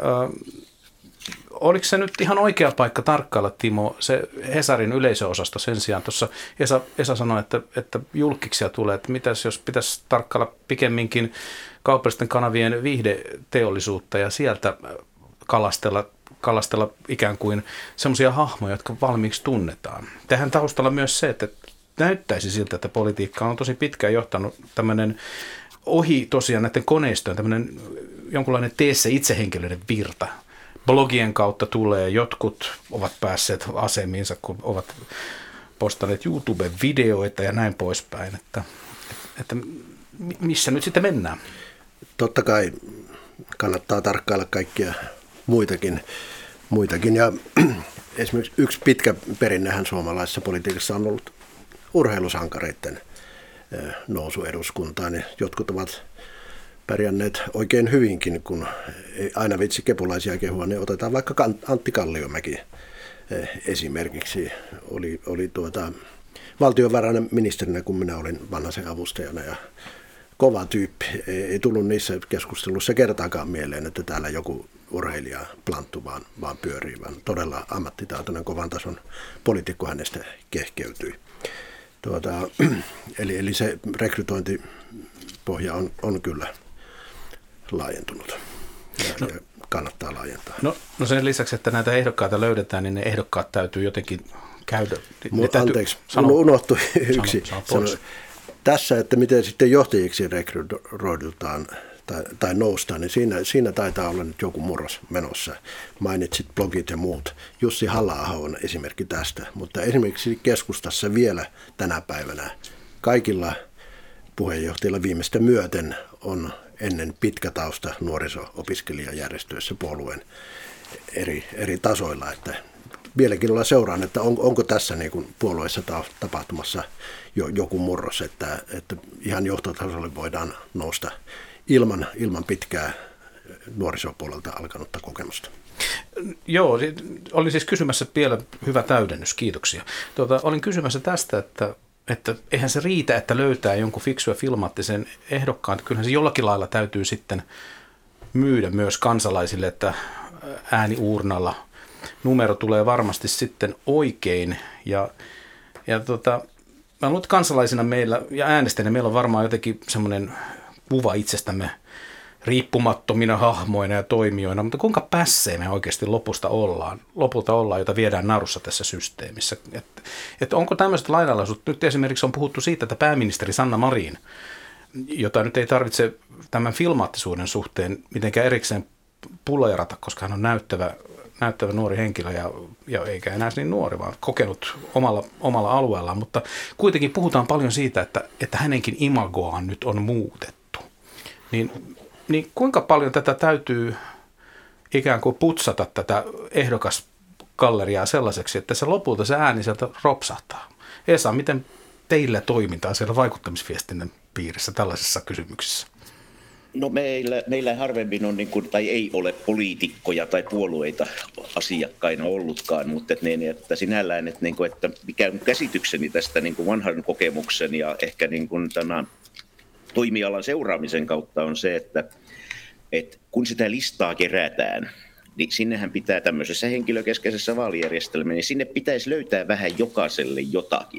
S2: oliko se nyt ihan oikea paikka tarkkailla, Timo, se Hesarin yleisöosasto sen sijaan? Tuossa Esa, Esa sanoi, että, että julkkiksia tulee, että mitäs jos pitäisi tarkkailla pikemminkin kaupallisten kanavien viihdeteollisuutta ja sieltä kalastella, kalastella ikään kuin semmoisia hahmoja, jotka valmiiksi tunnetaan. Tähän taustalla myös se, että näyttäisi siltä, että politiikka on tosi pitkään johtanut tämmöinen ohi tosiaan näiden koneistojen, tämmöinen jonkunlainen tee se itsehenkilöiden virta. Blogien kautta tulee, jotkut ovat päässeet asemiinsa, kun ovat postanneet YouTube-videoita ja näin poispäin, että, että missä nyt sitten mennään?
S3: Totta kai kannattaa tarkkailla kaikkia muitakin, muitakin. Ja esimerkiksi yksi pitkä perinnehän suomalaisessa politiikassa on ollut urheilusankareiden nousu eduskuntaan. Jotkut ovat pärjänneet oikein hyvinkin, kun ei aina vitsi kepulaisia kehua, niin otetaan vaikka Antti Kalliomäki esimerkiksi. Oli, oli tuota, valtiovarainministerinä, kun minä olin Vanhasen avustajana, ja kova tyyppi. Ei, ei tullut niissä keskusteluissa kertaakaan mieleen, että täällä joku urheilija planttu vaan, vaan pyörii, vaan todella ammattitaitoinen kovan tason poliitikko hänestä kehkeytyi. Tuota, eli, eli se rekrytointipohja on, on kyllä laajentunut ja, no, ja kannattaa laajentaa.
S2: No, no sen lisäksi, että näitä ehdokkaita löydetään, niin ne ehdokkaat täytyy jotenkin käydä.
S3: Mu- täytyy, anteeksi, sano, unohtui yksi. Sano, sano sano, tässä, että miten sitten johtajiksi rekrytoidutaan tai, tai noustaan, niin siinä, siinä taitaa olla nyt joku murros menossa. Mainitsit blogit ja muut. Jussi Halla-aho on esimerkki tästä, mutta esimerkiksi keskustassa vielä tänä päivänä kaikilla puheenjohtajilla viimeistä myöten on ennen pitkä tausta nuoriso-opiskelijajärjestöissä puolueen eri, eri tasoilla. Että mielenkiinnolla seuraan, että on, onko tässä niin kuin puolueessa tapahtumassa jo, joku murros, että, että ihan johtotasolle voidaan nousta ilman, ilman pitkää nuorisopuolelta alkanutta kokemusta.
S2: Joo, olin siis kysymässä vielä, hyvä täydennys, kiitoksia. Tuota, olin kysymässä tästä, että, että eihän se riitä, että löytää jonkun fiksun ja filmaattisen ehdokkaan. Kyllähän se jollakin lailla täytyy sitten myydä myös kansalaisille, että ääniuurnalla numero tulee varmasti sitten oikein. Ja, ja tota, mä luulen, että kansalaisina meillä ja äänestäjänä meillä on varmaan jotenkin semmoinen kuva itsestämme riippumattomina hahmoina ja toimijoina, mutta kuinka pässejä me oikeasti lopusta ollaan, lopulta ollaan, jota viedään narussa tässä systeemissä. Että et onko tämmöiset lainalaisuudet? Nyt esimerkiksi on puhuttu siitä, että pääministeri Sanna Marin, jota nyt ei tarvitse tämän filmaattisuuden suhteen mitenkään erikseen puleerata, koska hän on näyttävä, näyttävä nuori henkilö ja, ja eikä enää niin nuori, vaan kokenut omalla, omalla alueellaan, mutta kuitenkin puhutaan paljon siitä, että, että hänenkin imagoaan nyt on muutettu. Niin Niin kuinka paljon tätä täytyy ikään kuin putsata tätä ehdokasgalleriaa sellaiseksi, että se lopulta se ääni sieltä ropsahtaa? Esa, miten teillä toimintaa siellä vaikuttamisviestinnän piirissä tällaisissa kysymyksissä?
S4: No meillä, meillä harvemmin on, niin kuin, tai ei ole poliitikkoja tai puolueita asiakkaina ollutkaan, mutta että, niin, että sinällään, että, niin kuin, että mikä on käsitykseni tästä niin kuin vanhan kokemuksen ja ehkä niin kuin tämän toimialan seuraamisen kautta on se, että, että kun sitä listaa kerätään, niin sinnehän pitää tämmöisessä henkilökeskeisessä vaalijärjestelmässä, niin sinne pitäisi löytää vähän jokaiselle jotakin.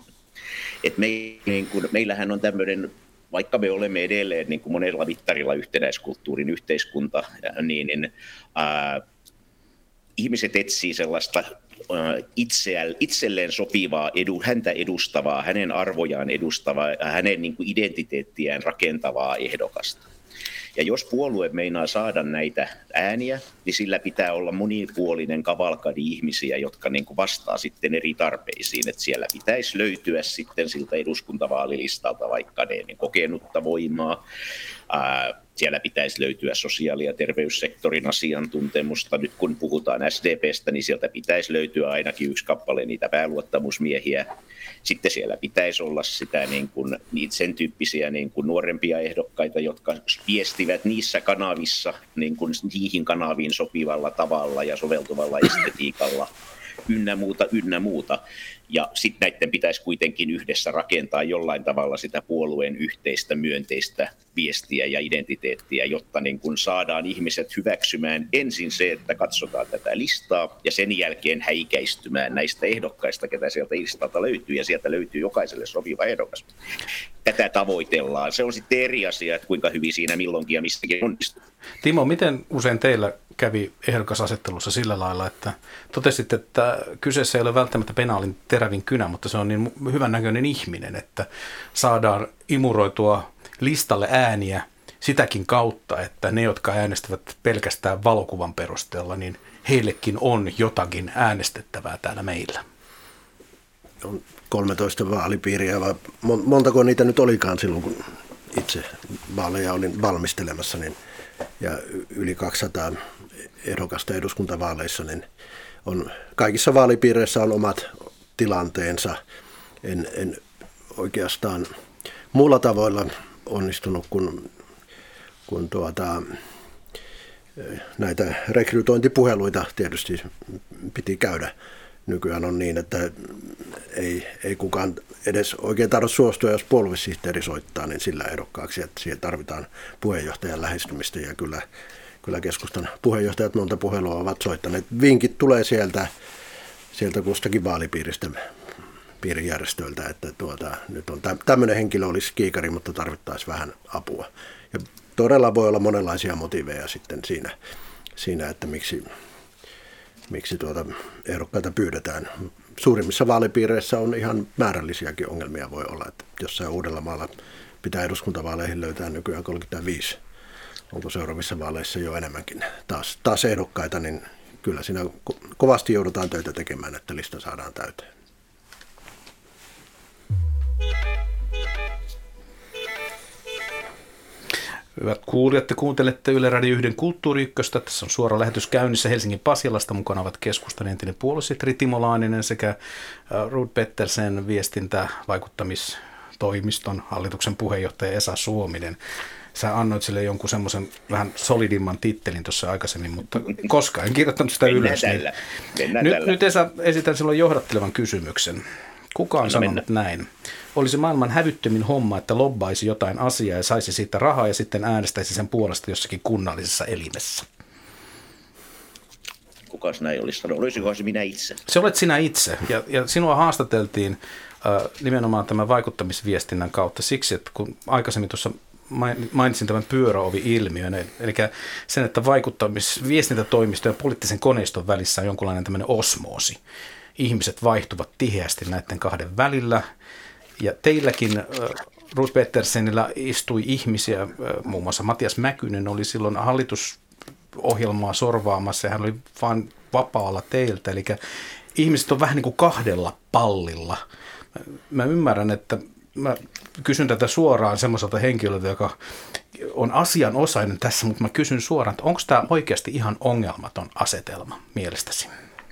S4: Et me, niin kun, meillähän on tämmöinen, vaikka me olemme edelleen niin kuin monella mittarilla yhtenäiskulttuurin yhteiskunta, niin, niin ää, ihmiset etsii sellaista itselleen sopivaa, edu, häntä edustavaa, hänen arvojaan edustavaa, hänen niin kuin identiteettiään rakentavaa ehdokasta. Ja jos puolue meinaa saada näitä ääniä, niin sillä pitää olla monipuolinen kavalkadi ihmisiä, jotka niin kuin vastaa sitten eri tarpeisiin. Että siellä pitäisi löytyä sitten siltä eduskuntavaalilistalta vaikka ne niin kokenutta voimaa. Ää, siellä pitäisi löytyä sosiaali- ja terveyssektorin asiantuntemusta. Nyt kun puhutaan S D P:stä, niin sieltä pitäisi löytyä ainakin yksi kappale niitä pääluottamusmiehiä. Sitten siellä pitäisi olla sitä, niin kuin, sen tyyppisiä niin kuin nuorempia ehdokkaita, jotka viestivät niissä kanavissa niin kuin niihin kanaviin sopivalla tavalla ja soveltuvalla estetiikalla ynnä muuta, ynnä muuta. Ja sitten näiden pitäisi kuitenkin yhdessä rakentaa jollain tavalla sitä puolueen yhteistä myönteistä viestiä ja identiteettiä, jotta niin kun saadaan ihmiset hyväksymään ensin se, että katsotaan tätä listaa ja sen jälkeen häikäistymään näistä ehdokkaista, ketä sieltä listalta löytyy ja sieltä löytyy jokaiselle sopiva ehdokas. Tätä tavoitellaan. Se on sitten eri asia, että kuinka hyvin siinä milloinkin ja mistäkin onnistuu.
S2: Timo, miten usein teillä kävi ehdokasasettelussa sillä lailla, että totesit, että kyseessä ei ole välttämättä penaalin terävin kynä, mutta se on niin hyvän näköinen ihminen, että saadaan imuroitua listalle ääniä sitäkin kautta, että ne, jotka äänestävät pelkästään valokuvan perusteella, niin heillekin on jotakin äänestettävää täällä meillä.
S3: On kolmetoista vaalipiiriä, vai montako niitä nyt olikaan silloin, kun itse vaaleja olin valmistelemassa, niin, ja yli kaksisataa ehdokasta eduskuntavaaleissa, niin on, kaikissa vaalipiireissä on omat tilanteensa. En, en oikeastaan muulla tavoilla onnistunut, kun, kun tuota, näitä rekrytointipuheluita tietysti piti käydä. Nykyään on niin, että ei, ei kukaan edes oikein tarvitse suostua, jos puoluesihteeri soittaa, niin sillä ehdokkaaksi, että siihen tarvitaan puheenjohtajan lähestymistä, ja kyllä, kyllä keskustan puheenjohtajat monta puhelua ovat soittaneet. Vinkit tulee sieltä, sieltä kustakin vaalipiiristä, piirijärjestöiltä, että tuota, nyt on tämmöinen henkilö olisi kiikari, mutta tarvittaisiin vähän apua. Ja todella voi olla monenlaisia motiiveja sitten siinä, siinä että miksi, miksi tuota ehdokkaita pyydetään. Suurimmissa vaalipiireissä on ihan määrällisiäkin ongelmia voi olla, että jossain Uudellamaalla pitää eduskuntavaaleihin löytää nykyään kolmekymmentäviisi. Onko seuraavissa vaaleissa jo enemmänkin taas, taas ehdokkaita, niin kyllä siinä kovasti joudutaan töitä tekemään, että lista saadaan täyteen.
S2: Hyvät kuulijat, te kuuntelette Yle Radio yhden Kulttuuri Ykköstä. Tässä on suora lähetys käynnissä Helsingin Pasialasta. Mukana ovat keskustan entinen puoluesihteeri Timo Laaninen sekä Ruud Pettersen viestintävaikuttamistoimiston hallituksen puheenjohtaja Esa Suominen. Sä annoit sille jonkun semmoisen vähän solidimman tittelin tuossa aikaisemmin, mutta koska en kirjoittanut sitä
S4: mennään
S2: ylös.
S4: Tällä.
S2: Niin nyt, nyt Esa, esitän silloin johdattelevan kysymyksen. Kuka on sanonut mennä. näin? Olisi maailman hävyttömin homma, että lobbaisi jotain asiaa ja saisi siitä rahaa ja sitten äänestäisi sen puolesta jossakin kunnallisessa elimessä.
S4: Kukas näin olisi sanonut? Olisiko se minä itse?
S2: Se olet sinä itse. Ja, ja sinua haastateltiin äh, nimenomaan tämän vaikuttamisviestinnän kautta siksi, että kun aikaisemmin tuossa mainitsin tämän pyöröovi-ilmiön, eli sen, että vaikuttamisviestintätoimisto ja poliittisen koneiston välissä on jonkunlainen tämmöinen osmoosi. Ihmiset vaihtuvat tiheästi näiden kahden välillä. Ja teilläkin, Ruud Pettersenillä, istui ihmisiä, muun muassa Matias Mäkynen oli silloin hallitusohjelmaa sorvaamassa ja hän oli vain vapaalla teiltä. Eli ihmiset on vähän niin kuin kahdella pallilla. Mä ymmärrän, että mä kysyn tätä suoraan semmoiselta henkilöltä, joka on asianosainen tässä, mutta mä kysyn suoraan, että onko tämä oikeasti ihan ongelmaton asetelma mielestäsi?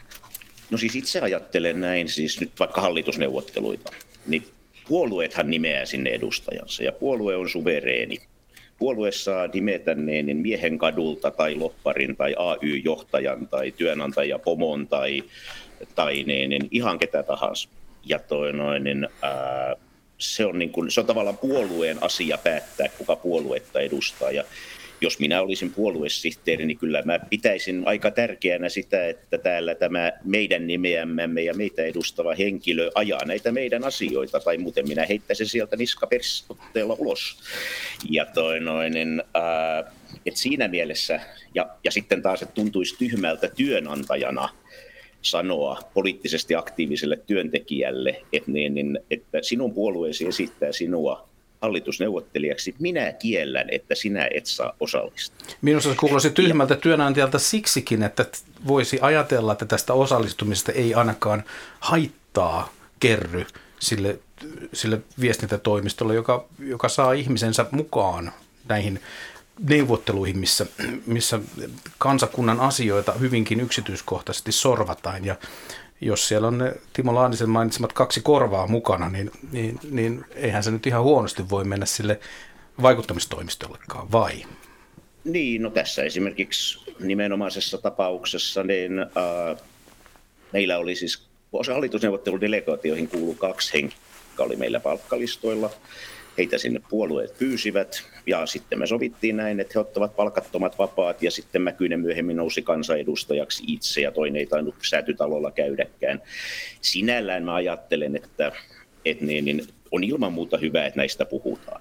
S4: No siis itse ajattelen näin, siis nyt vaikka hallitusneuvotteluita, niin puolueethan nimeää sinne edustajansa ja puolue on suvereeni. Puolue saa nimetä niin miehen kadulta tai lopparin tai A Y-johtajan tai työnantajapomon tai, tai niin, niin ihan ketä tahansa. Ja toi noin, niin, ää, se, on niin kuin, se on tavallaan puolueen asia päättää, kuka puoluetta edustaa. Ja jos minä olisin puoluesihteeri, niin kyllä mä pitäisin aika tärkeänä sitä, että täällä tämä meidän nimeämme ja meitä edustava henkilö ajaa näitä meidän asioita, tai muuten minä heittäisin sieltä niskapersotteella ulos. Ja toi noin, ää, et siinä mielessä, ja, ja sitten taas, että tuntuisi tyhmältä työnantajana sanoa poliittisesti aktiiviselle työntekijälle, että, niin, niin, että sinun puolueesi esittää sinua hallitusneuvottelijaksi, minä kiellän, että sinä et saa osallistua.
S2: Minusta se kuulosti tyhmältä työnantajalta siksikin, että voisi ajatella, että tästä osallistumisesta ei ainakaan haittaa kerry sille, sille viestintätoimistolle, joka, joka saa ihmisensä mukaan näihin neuvotteluihin, missä, missä kansakunnan asioita hyvinkin yksityiskohtaisesti sorvataan. Ja jos siellä on ne Timo Laanisen mainitsemat kaksi korvaa mukana, niin, niin, niin eihän se nyt ihan huonosti voi mennä sille vaikuttamistoimistollekaan, vai?
S4: Niin, no tässä esimerkiksi nimenomaisessa tapauksessa niin, äh, meillä oli siis hallitusneuvotteludelegaatioihin kuului kaksi henkeä, jotka oli meillä palkkalistoilla. Heitä sinne puolueet pyysivät ja sitten me sovittiin näin, että he ottavat palkattomat vapaat ja sitten Mäkynen myöhemmin nousi kansanedustajaksi itse ja toinen ei tainnut Säätytalolla käydäkään. Sinällään mä ajattelen, että, että niin, niin on ilman muuta hyvä, että näistä puhutaan.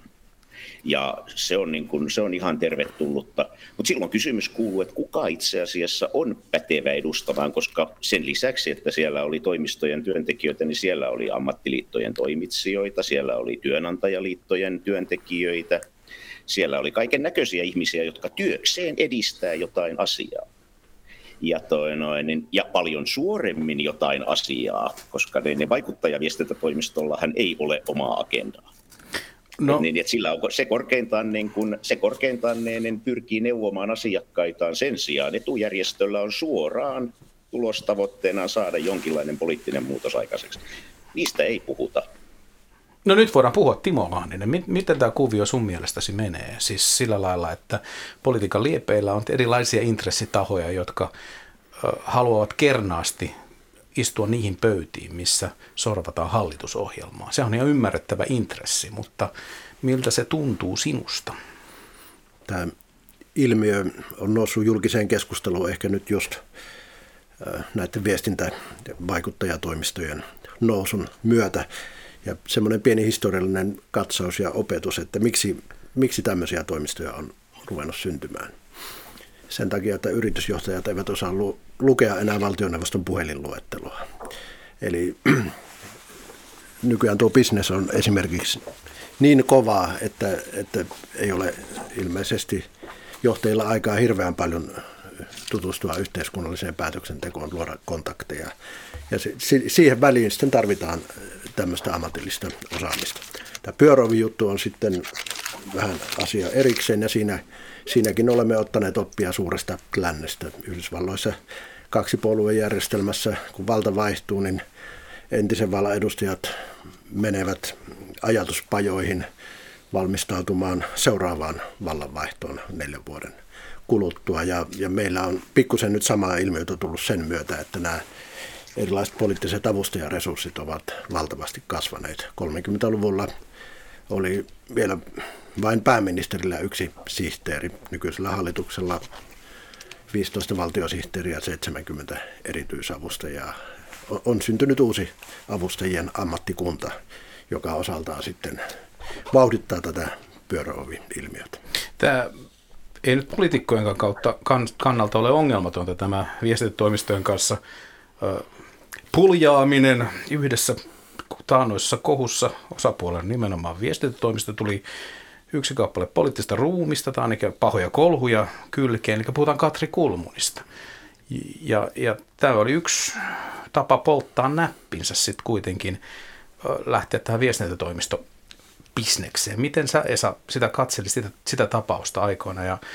S4: Ja se on, niin kuin, se on ihan tervetullutta. Mutta silloin kysymys kuuluu, että kuka itse asiassa on pätevä edustamaan, koska sen lisäksi, että siellä oli toimistojen työntekijöitä, niin siellä oli ammattiliittojen toimitsijoita, siellä oli työnantajaliittojen työntekijöitä, siellä oli kaiken näköisiä ihmisiä, jotka työkseen edistää jotain asiaa. Ja, toi noin, niin, ja paljon suoremmin jotain asiaa, koska ne, ne vaikuttajaviestintätoimistollahan ei ole omaa agendaa. No. Niin, että sillä on, se korkeintaan, niin kun, se korkeintaan niin, niin pyrkii neuvomaan asiakkaitaan sen sijaan. Etujärjestöllä on suoraan tulostavoitteena saada jonkinlainen poliittinen muutos aikaiseksi. Niistä ei puhuta.
S2: No nyt voidaan puhua, Timo Laaninen. Miten tämä kuvio sun mielestäsi menee? Siis sillä lailla, että politiikan liepeillä on erilaisia intressitahoja, jotka ö, haluavat kernaasti istua niihin pöytiin, missä sorvataan hallitusohjelmaa. Se on ihan ymmärrettävä intressi, mutta miltä se tuntuu sinusta?
S3: Tämä ilmiö on noussut julkiseen keskusteluun ehkä nyt just näiden viestintä- ja vaikuttajatoimistojen nousun myötä. Ja semmoinen pieni historiallinen katsaus ja opetus, että miksi, miksi tämmöisiä toimistoja on ruvennut syntymään. Sen takia, että yritysjohtajat eivät osaa lu- lukea enää valtioneuvoston puhelinluettelua. Eli nykyään tuo business on esimerkiksi niin kovaa, että, että ei ole ilmeisesti johtajilla aikaa hirveän paljon tutustua yhteiskunnalliseen päätöksentekoon, luoda kontakteja. Ja se, siihen väliin sitten tarvitaan tämmöistä ammatillista osaamista. Tämä pyöröovi-juttu on sitten vähän asia erikseen ja siinä, siinäkin olemme ottaneet oppia suuresta lännestä. Yhdysvalloissa kaksipuoluejärjestelmässä, kun valta vaihtuu, niin entisen vallan edustajat menevät ajatuspajoihin valmistautumaan seuraavaan vallanvaihtoon neljän vuoden kuluttua. Ja, ja meillä on pikkusen nyt samaa ilmiötä tullut sen myötä, että nämä erilaiset poliittiset avustajaresurssit ovat valtavasti kasvaneet. kolmekymmentäluvulla oli vielä vain pääministerillä yksi sihteeri, nykyisellä hallituksella viisitoista valtiosihteeriä ja seitsemänkymmentä erityisavustajaa. On syntynyt uusi avustajien ammattikunta, joka osaltaan sitten vauhdittaa tätä pyöröovi-ilmiötä.
S2: Tämä ei nyt poliitikkojen kautta kannalta ole ongelmatonta tämä viestintätoimistojen kanssa puljaaminen yhdessä taannoissa kohussa osapuolella nimenomaan viestintätoimisto tuli yksi kappale poliittista ruumista tai ainakin pahoja kolhuja kylkeen, eli puhutaan Katri Kulmunista. Ja, ja tämä oli yksi tapa polttaa näppinsä sitten kuitenkin lähteä tähän viestintätoimistobisnekseen. Miten sä, Esa, sitä katselit sitä, sitä tapausta aikoina ja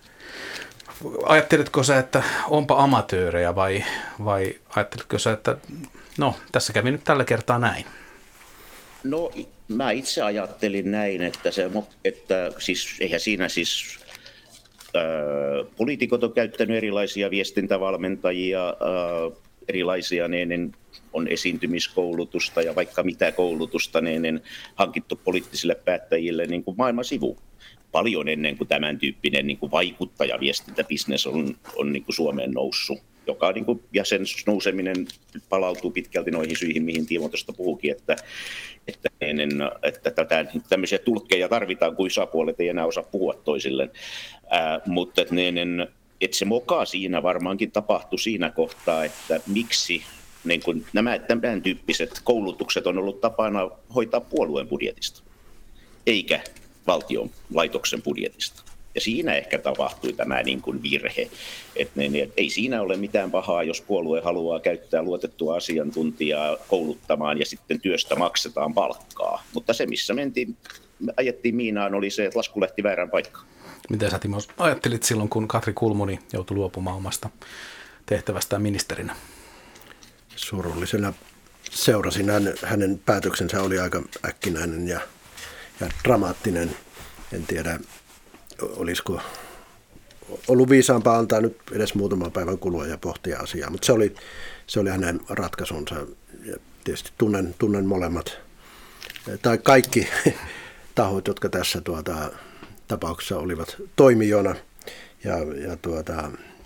S2: ajattelitko sä, että onpa amatöörejä vai, vai ajattelitko sä, että no tässä kävi nyt tällä kertaa näin?
S4: No mä itse ajattelin näin, että, se, että siis, eihän siinä siis ää, poliitikot on käyttänyt erilaisia viestintävalmentajia, ää, erilaisia niin on esiintymiskoulutusta ja vaikka mitä koulutusta niin hankittu poliittisille päättäjille niin kuin maailman sivu. Paljon ennen kuin tämän tyyppinen niin kuin vaikuttajaviestintäbisnes on, on niin kuin Suomeen noussut, joka niin kuin, ja sen nouseminen palautuu pitkälti noihin syihin, mihin Timo tuosta puhukin, että, että, että tätä, tämmöisiä tulkkeja tarvitaan, kun isäpuolet ei enää osaa puhua toisilleen, Ää, mutta että, että se moka siinä varmaankin tapahtui siinä kohtaa, että miksi niin kuin nämä tämän tyyppiset koulutukset on ollut tapana hoitaa puolueen budjetista, eikä valtion laitoksen budjetista. Ja siinä ehkä tapahtui tämä niin kuin virhe. Että ne, ne, ei siinä ole mitään pahaa, jos puolue haluaa käyttää luotettua asiantuntijaa kouluttamaan ja sitten työstä maksetaan palkkaa. Mutta se, missä mentiin, ajettiin miinaan, oli se, että lasku lähti väärään paikkaan.
S2: Mitä sä, Timo, ajattelit silloin, kun Katri Kulmuni joutui luopumaan omasta tehtävästään ministerinä?
S3: Surullisena seurasin. Hänen, hänen päätöksensä oli aika äkkinäinen ja, ja dramaattinen. En tiedä, olisiko ollut viisaampaa antaa nyt edes muutaman päivän kulua ja pohtia asiaa, mutta se oli, se oli hänen ratkaisunsa. Ja tietysti tunnen, tunnen molemmat, tai kaikki tahot, jotka tässä tuota, tapauksessa olivat toimijoina, ja, ja tuota,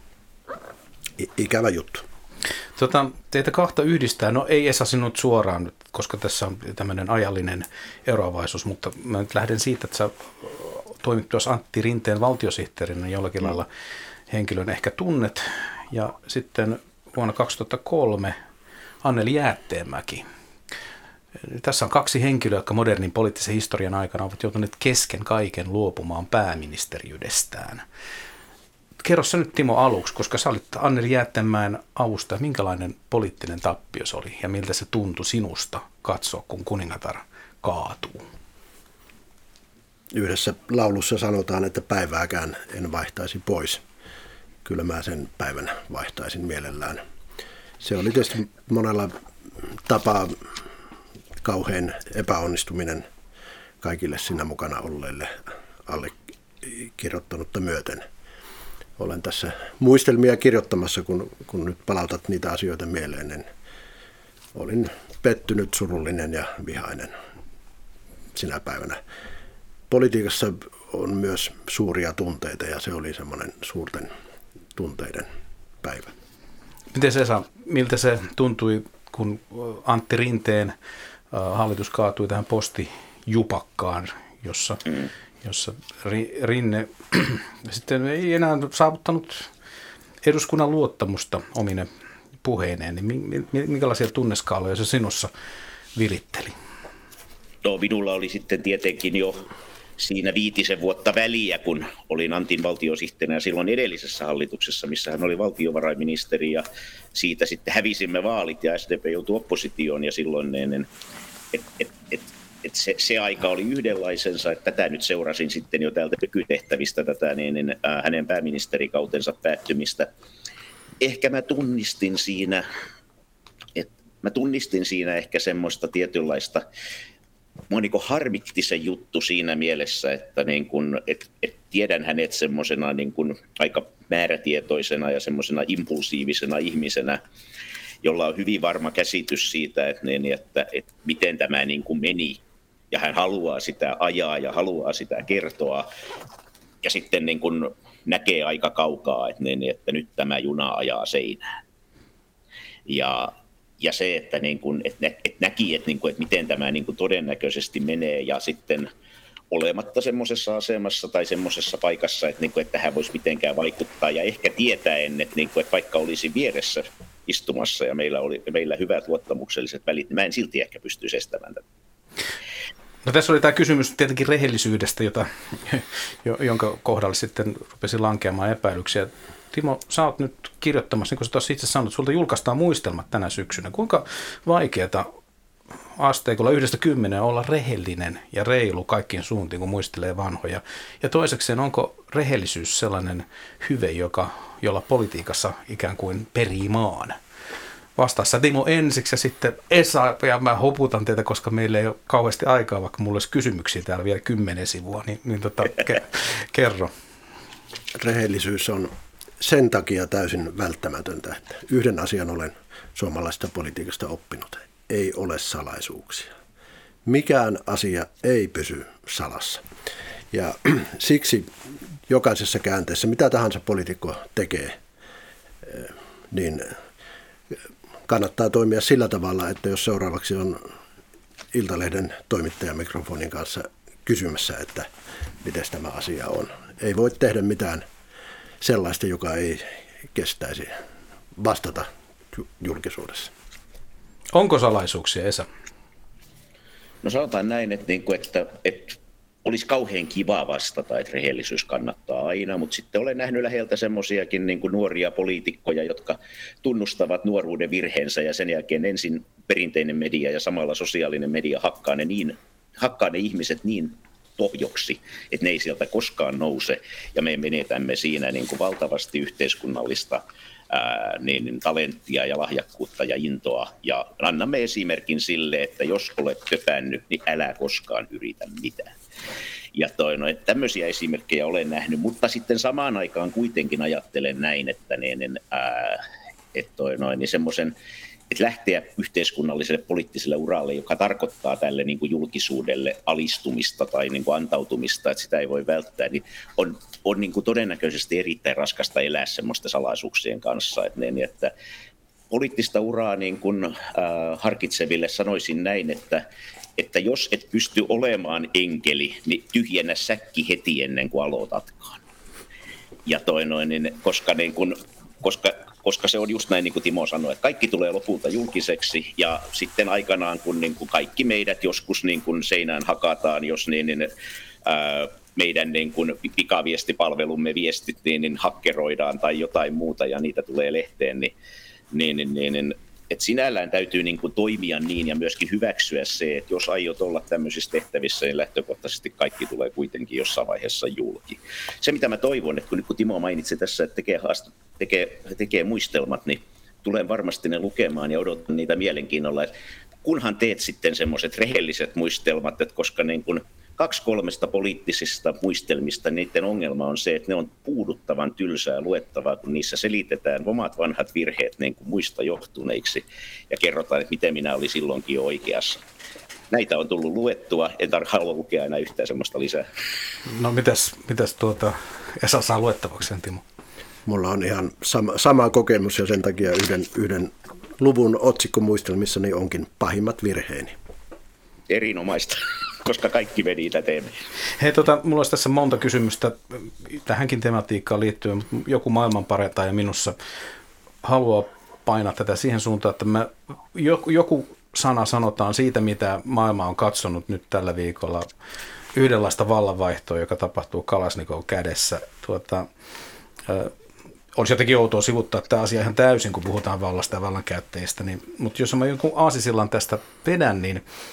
S3: ikävä juttu.
S2: Tota, teitä kahta yhdistää, no ei Esa sinut suoraan, koska tässä on tämmöinen ajallinen eroavaisuus, mutta mä nyt lähden siitä, että sä toimit tuossa Antti Rinteen valtiosihteerinä jollakin mm. lailla henkilön ehkä tunnet. Ja sitten vuonna kaksituhattakolme Anneli Jäätteenmäki. Tässä on kaksi henkilöä, jotka modernin poliittisen historian aikana ovat joutuneet kesken kaiken luopumaan pääministeriydestään. Kerro sä nyt, Timo, aluksi, koska sä olit Anneli Jäätteenmäen avustaja. Minkälainen poliittinen tappio se oli ja miltä se tuntui sinusta katsoa, kun kuningatar kaatuu?
S3: Yhdessä laulussa sanotaan, että päivääkään en vaihtaisi pois. Kyllä mä sen päivän vaihtaisin mielellään. Se oli tietysti monella tapaa kauhean epäonnistuminen kaikille siinä mukana olleille allekirjoittanutta myöten. Olen tässä muistelmia kirjoittamassa, kun, kun nyt palautat niitä asioita mieleen, niin olin pettynyt, surullinen ja vihainen sinä päivänä. Politiikassa on myös suuria tunteita ja se oli semmoinen suurten tunteiden päivä.
S2: Miten se, Esa, miltä se tuntui, kun Antti Rinteen hallitus kaatui tähän postijupakkaan, jossa, mm. jossa Rinne sitten ei enää saavuttanut eduskunnan luottamusta omine puheineen, niin minkälaisia tunneskaaloja se sinussa viritteli?
S4: No, minulla oli sitten tietenkin jo siinä viitisen vuotta väliä, kun olin Antin valtiosihteerinä silloin edellisessä hallituksessa, missä hän oli valtiovarainministeri, ja siitä sitten hävisimme vaalit ja S D P joutui oppositioon, ja silloin et, et, et, että se, se aika oli yhdenlaisensa, että tätä nyt seurasin sitten jo täältä nykytehtävistä tätä niin, niin, äh, hänen pääministerikautensa päättymistä. Ehkä mä tunnistin siinä, että mä tunnistin siinä ehkä semmoista tietynlaista, mua niin kuin harmitti se juttu siinä mielessä, että niin kuin, et, et tiedän hänet semmoisena niin kuin aika määrätietoisena ja semmoisena impulsiivisena ihmisenä, jolla on hyvin varma käsitys siitä, että, niin, että, että miten tämä niin kuin meni. Ja hän haluaa sitä ajaa ja haluaa sitä kertoa. Ja sitten niin kuin näkee aika kaukaa, että, niin, että nyt tämä juna ajaa seinään. Ja, ja se, että, niin kuin, että, nä, että näki, että, niin kuin, että miten tämä niin kuin todennäköisesti menee. Ja sitten olematta semmoisessa asemassa tai semmoisessa paikassa, että, niin kuin, että hän voisi mitenkään vaikuttaa. Ja ehkä tietäen, että, niin kuin, että vaikka olisi vieressä istumassa ja meillä oli meillä hyvät luottamukselliset välit, niin mä en silti ehkä pystyisi estämään tätä.
S2: No tässä oli tämä kysymys tietenkin rehellisyydestä, jota, jonka kohdalla sitten rupesi lankeamaan epäilyksiä. Timo, sä oot nyt kirjoittamassa, niin kuin sä tuossa itse sanot, sulta julkaistaan muistelmat tänä syksynä. Kuinka vaikeaa asteikolla yhdestä kymmeneen olla rehellinen ja reilu kaikkiin suuntiin, kun muistelee vanhoja? Ja toisekseen, onko rehellisyys sellainen hyve, joka, jolla politiikassa ikään kuin perii maan? Vastassa Timo ensiksi ja sitten Esa, ja mä hoputan teitä, koska meillä ei ole kauheasti aikaa, vaikka mulla olisi kysymyksiä täällä vielä kymmenen sivua, niin, niin tota, ke, kerro.
S3: Rehellisyys on sen takia täysin välttämätöntä, että yhden asian olen suomalaisesta politiikasta oppinut. Ei ole salaisuuksia. Mikään asia ei pysy salassa. Ja siksi jokaisessa käänteessä, mitä tahansa poliitikko tekee, niin kannattaa toimia sillä tavalla, että jos seuraavaksi on Iltalehden toimittaja mikrofonin kanssa kysymässä, että miten tämä asia on. Ei voi tehdä mitään sellaista, joka ei kestäisi vastata julkisuudessa.
S2: Onko salaisuuksia, Esa?
S4: No sanotaan näin, että, niin kuin, että, että olisi kauhean kiva vastata, että rehellisyys kannattaa aina, mutta sitten olen nähnyt läheltä semmoisiakin niin kuin nuoria poliitikkoja, jotka tunnustavat nuoruuden virheensä ja sen jälkeen ensin perinteinen media ja samalla sosiaalinen media hakkaa ne, niin, hakkaa ne ihmiset niin tohjoksi, että ne ei sieltä koskaan nouse ja me menetämme siinä niin kuin valtavasti yhteiskunnallista Ää, niin, talenttia ja lahjakkuutta ja intoa ja annamme esimerkin sille, että jos olet töpännyt, niin älä koskaan yritä mitään. Ja toi, no, että tämmöisiä esimerkkejä olen nähnyt, mutta sitten samaan aikaan kuitenkin ajattelen näin, että, niin, ää, että, toi, no, niin semmoisen, että lähteä yhteiskunnalliselle poliittiselle uralle, joka tarkoittaa tälle niin kuin julkisuudelle alistumista tai niin kuin antautumista, että sitä ei voi välttää, niin on, on niin kuin todennäköisesti erittäin raskasta elää semmoista salaisuuksien kanssa. Että, niin, että poliittista uraa niin kuin, äh, harkitseville sanoisin näin, että, että jos et pysty olemaan enkeli, niin tyhjennä säkki heti ennen kuin aloitatkaan. Ja toi noin, niin, koska, niin kuin, koska koska se on just näin, niin kuin Timo sanoi, että kaikki tulee lopulta julkiseksi ja sitten aikanaan, kun niin kuin kaikki meidät joskus niin kuin seinään hakataan, jos niin, niin, ää, meidän niin kuin pikaviestipalvelumme viestit niin, niin hakkeroidaan tai jotain muuta ja niitä tulee lehteen, niin, niin, niin, niin, niin että sinällään täytyy niin kuin toimia niin ja myöskin hyväksyä se, että jos aiot olla tämmöisissä tehtävissä, niin lähtökohtaisesti kaikki tulee kuitenkin jossain vaiheessa julki. Se, mitä mä toivon, että kun, kun Timo mainitsi tässä, että tekee, haastu, tekee, tekee muistelmat, niin tulen varmasti ne lukemaan ja odotan niitä mielenkiinnolla. Että kunhan teet sitten semmoiset rehelliset muistelmat, että koska niin kuin kaksi kolmesta poliittisista muistelmista, niiden ongelma on se, että ne on puuduttavan tylsää luettavaa, kun niissä selitetään omat vanhat virheet niin kuin muista johtuneiksi ja kerrotaan, että miten minä olin silloinkin jo oikeassa. Näitä on tullut luettua, en tarvitse halua lukea enää yhtään semmoista lisää. No
S2: mitäs, mitäs tuota, Esa saa luettavaksi, Timo?
S3: Mulla on ihan sama, sama kokemus ja sen takia yhden, yhden luvun otsikkomuistelmissani onkin pahimmat virheeni.
S4: Erinomaista, koska kaikki me niitä teemme.
S2: Hei, tota, mulla olisi tässä monta kysymystä tähänkin tematiikkaan liittyen, mutta joku maailmanparentaja minussa haluaa painaa tätä siihen suuntaan, että mä, joku sana sanotaan siitä, mitä maailma on katsonut nyt tällä viikolla. Yhdenlaista vallanvaihtoa, joka tapahtuu Kalashnikov kädessä. Tuota, ö, olisi jotenkin outoa sivuttaa tämä asia ihan täysin, kun puhutaan vallasta ja vallankäyttäjistä. Niin, mutta jos mä jonkun aasisillan tästä vedän, niin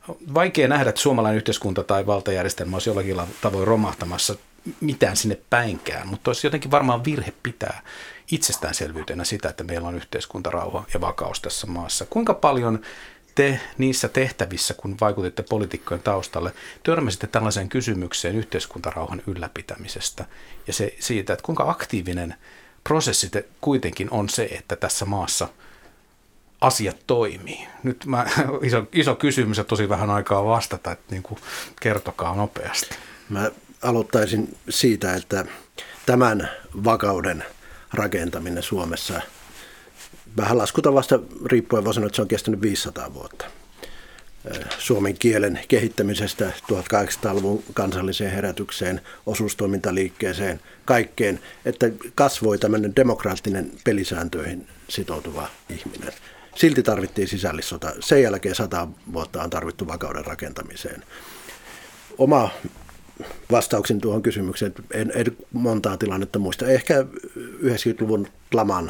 S2: vaikea nähdä, että suomalainen yhteiskunta tai valtajärjestelmä olisi jollakin tavoin romahtamassa mitään sinne päinkään, mutta olisi jotenkin varmaan virhe pitää itsestäänselvyytenä sitä, että meillä on yhteiskuntarauha ja vakaus tässä maassa. Kuinka paljon te niissä tehtävissä, kun vaikutitte poliitikkojen taustalle, törmäsitte tällaiseen kysymykseen yhteiskuntarauhan ylläpitämisestä ja se, siitä, että kuinka aktiivinen prosessi te kuitenkin on se, että tässä maassa asiat toimii? Nyt mä, iso, iso kysymys ja tosi vähän aikaa vastata, että niin kuin kertokaa nopeasti.
S3: Mä aloittaisin siitä, että tämän vakauden rakentaminen Suomessa vähän laskutavasta riippuen voi sanoa, että se on kestänyt viisisataa vuotta. Suomen kielen kehittämisestä tuhatkahdeksansataaluvun kansalliseen herätykseen, osuustoimintaliikkeeseen, kaikkeen, että kasvoi tämmöinen demokraattinen pelisääntöihin sitoutuva ihminen. Silti tarvittiin sisällissota. Sen jälkeen sata vuotta on tarvittu vakauden rakentamiseen. Oma vastauksen tuohon kysymykseen, en, en montaa tilannetta muista. Ehkä yhdeksänkymmentäluvun laman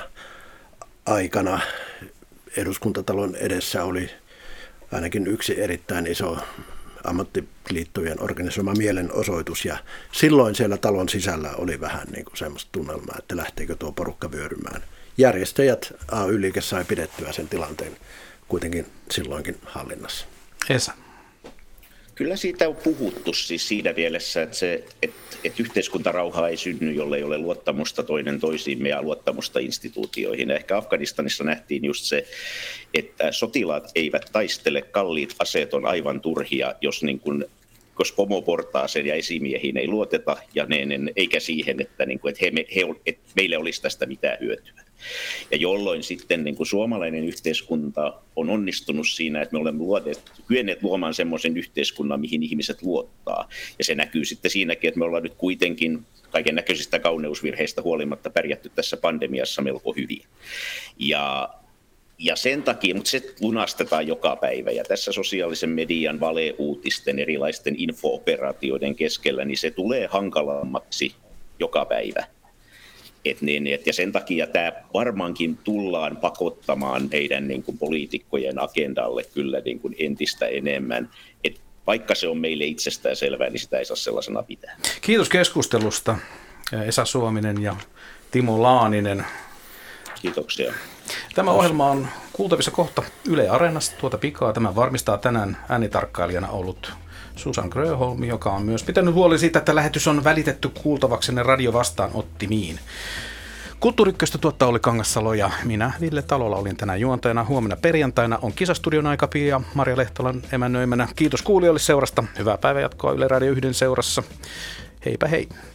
S3: aikana Eduskuntatalon edessä oli ainakin yksi erittäin iso ammattiliittojen organisoima mielenosoitus, ja silloin siellä talon sisällä oli vähän niin kuin semmoista tunnelmaa, että lähteekö tuo porukka vyörymään. Järjestäjät, A Y-liike sai pidettyä sen tilanteen kuitenkin silloinkin hallinnassa.
S2: Esa.
S4: Kyllä siitä on puhuttu siis siinä mielessä, että, se, että, että yhteiskuntarauhaa ei synny, jollei ole luottamusta toinen toisiimme ja luottamusta instituutioihin. Ehkä Afganistanissa nähtiin just se, että sotilaat eivät taistele, kalliit aseet on aivan turhia, jos niin kuin jos pomoportaaseen ja esimiehiin ei luoteta, ja ne, ne, eikä siihen, että, niin kuin, että, he, he, että meille olisi tästä mitään hyötyä. Ja jolloin sitten niin kuin suomalainen yhteiskunta on onnistunut siinä, että me olemme luoneet, kyenneet luomaan semmoisen yhteiskunnan, mihin ihmiset luottaa. Ja se näkyy sitten siinäkin, että me ollaan nyt kuitenkin kaiken näköisistä kauneusvirheistä huolimatta pärjätty tässä pandemiassa melko hyvin. Ja Ja sen takia, mutta se lunastetaan joka päivä, ja tässä sosiaalisen median valeuutisten, erilaisten info-operaatioiden keskellä, niin se tulee hankalammaksi joka päivä. Et niin, et, ja sen takia tämä varmaankin tullaan pakottamaan meidän niin kuin poliitikkojen agendalle kyllä niin kuin entistä enemmän. Et vaikka se on meille itsestään selvää, niin sitä ei saa sellaisena pitää.
S2: Kiitos keskustelusta, Esa Suominen ja Timo Laaninen.
S4: Kiitoksia.
S2: Tämä ohjelma on kuultavissa kohta Yle Areenasta tuota pikaa. Tämä varmistaa tänään äänitarkkailijana ollut Susan Gröholm, joka on myös pitänyt huoli siitä, että lähetys on välitetty kuultavaksenne radiovastaanottimiin. Kulttuuri-Ykköstä tuottaa Olli Kangassalo ja minä, Ville Talola, olin tänään juontajana. Huomenna perjantaina on Kisastudion aika ja Maria Lehtolan emännöimänä. Kiitos kuulijoille seurasta. Hyvää päivänjatkoa Yle Radio yhden seurassa. Heipä hei.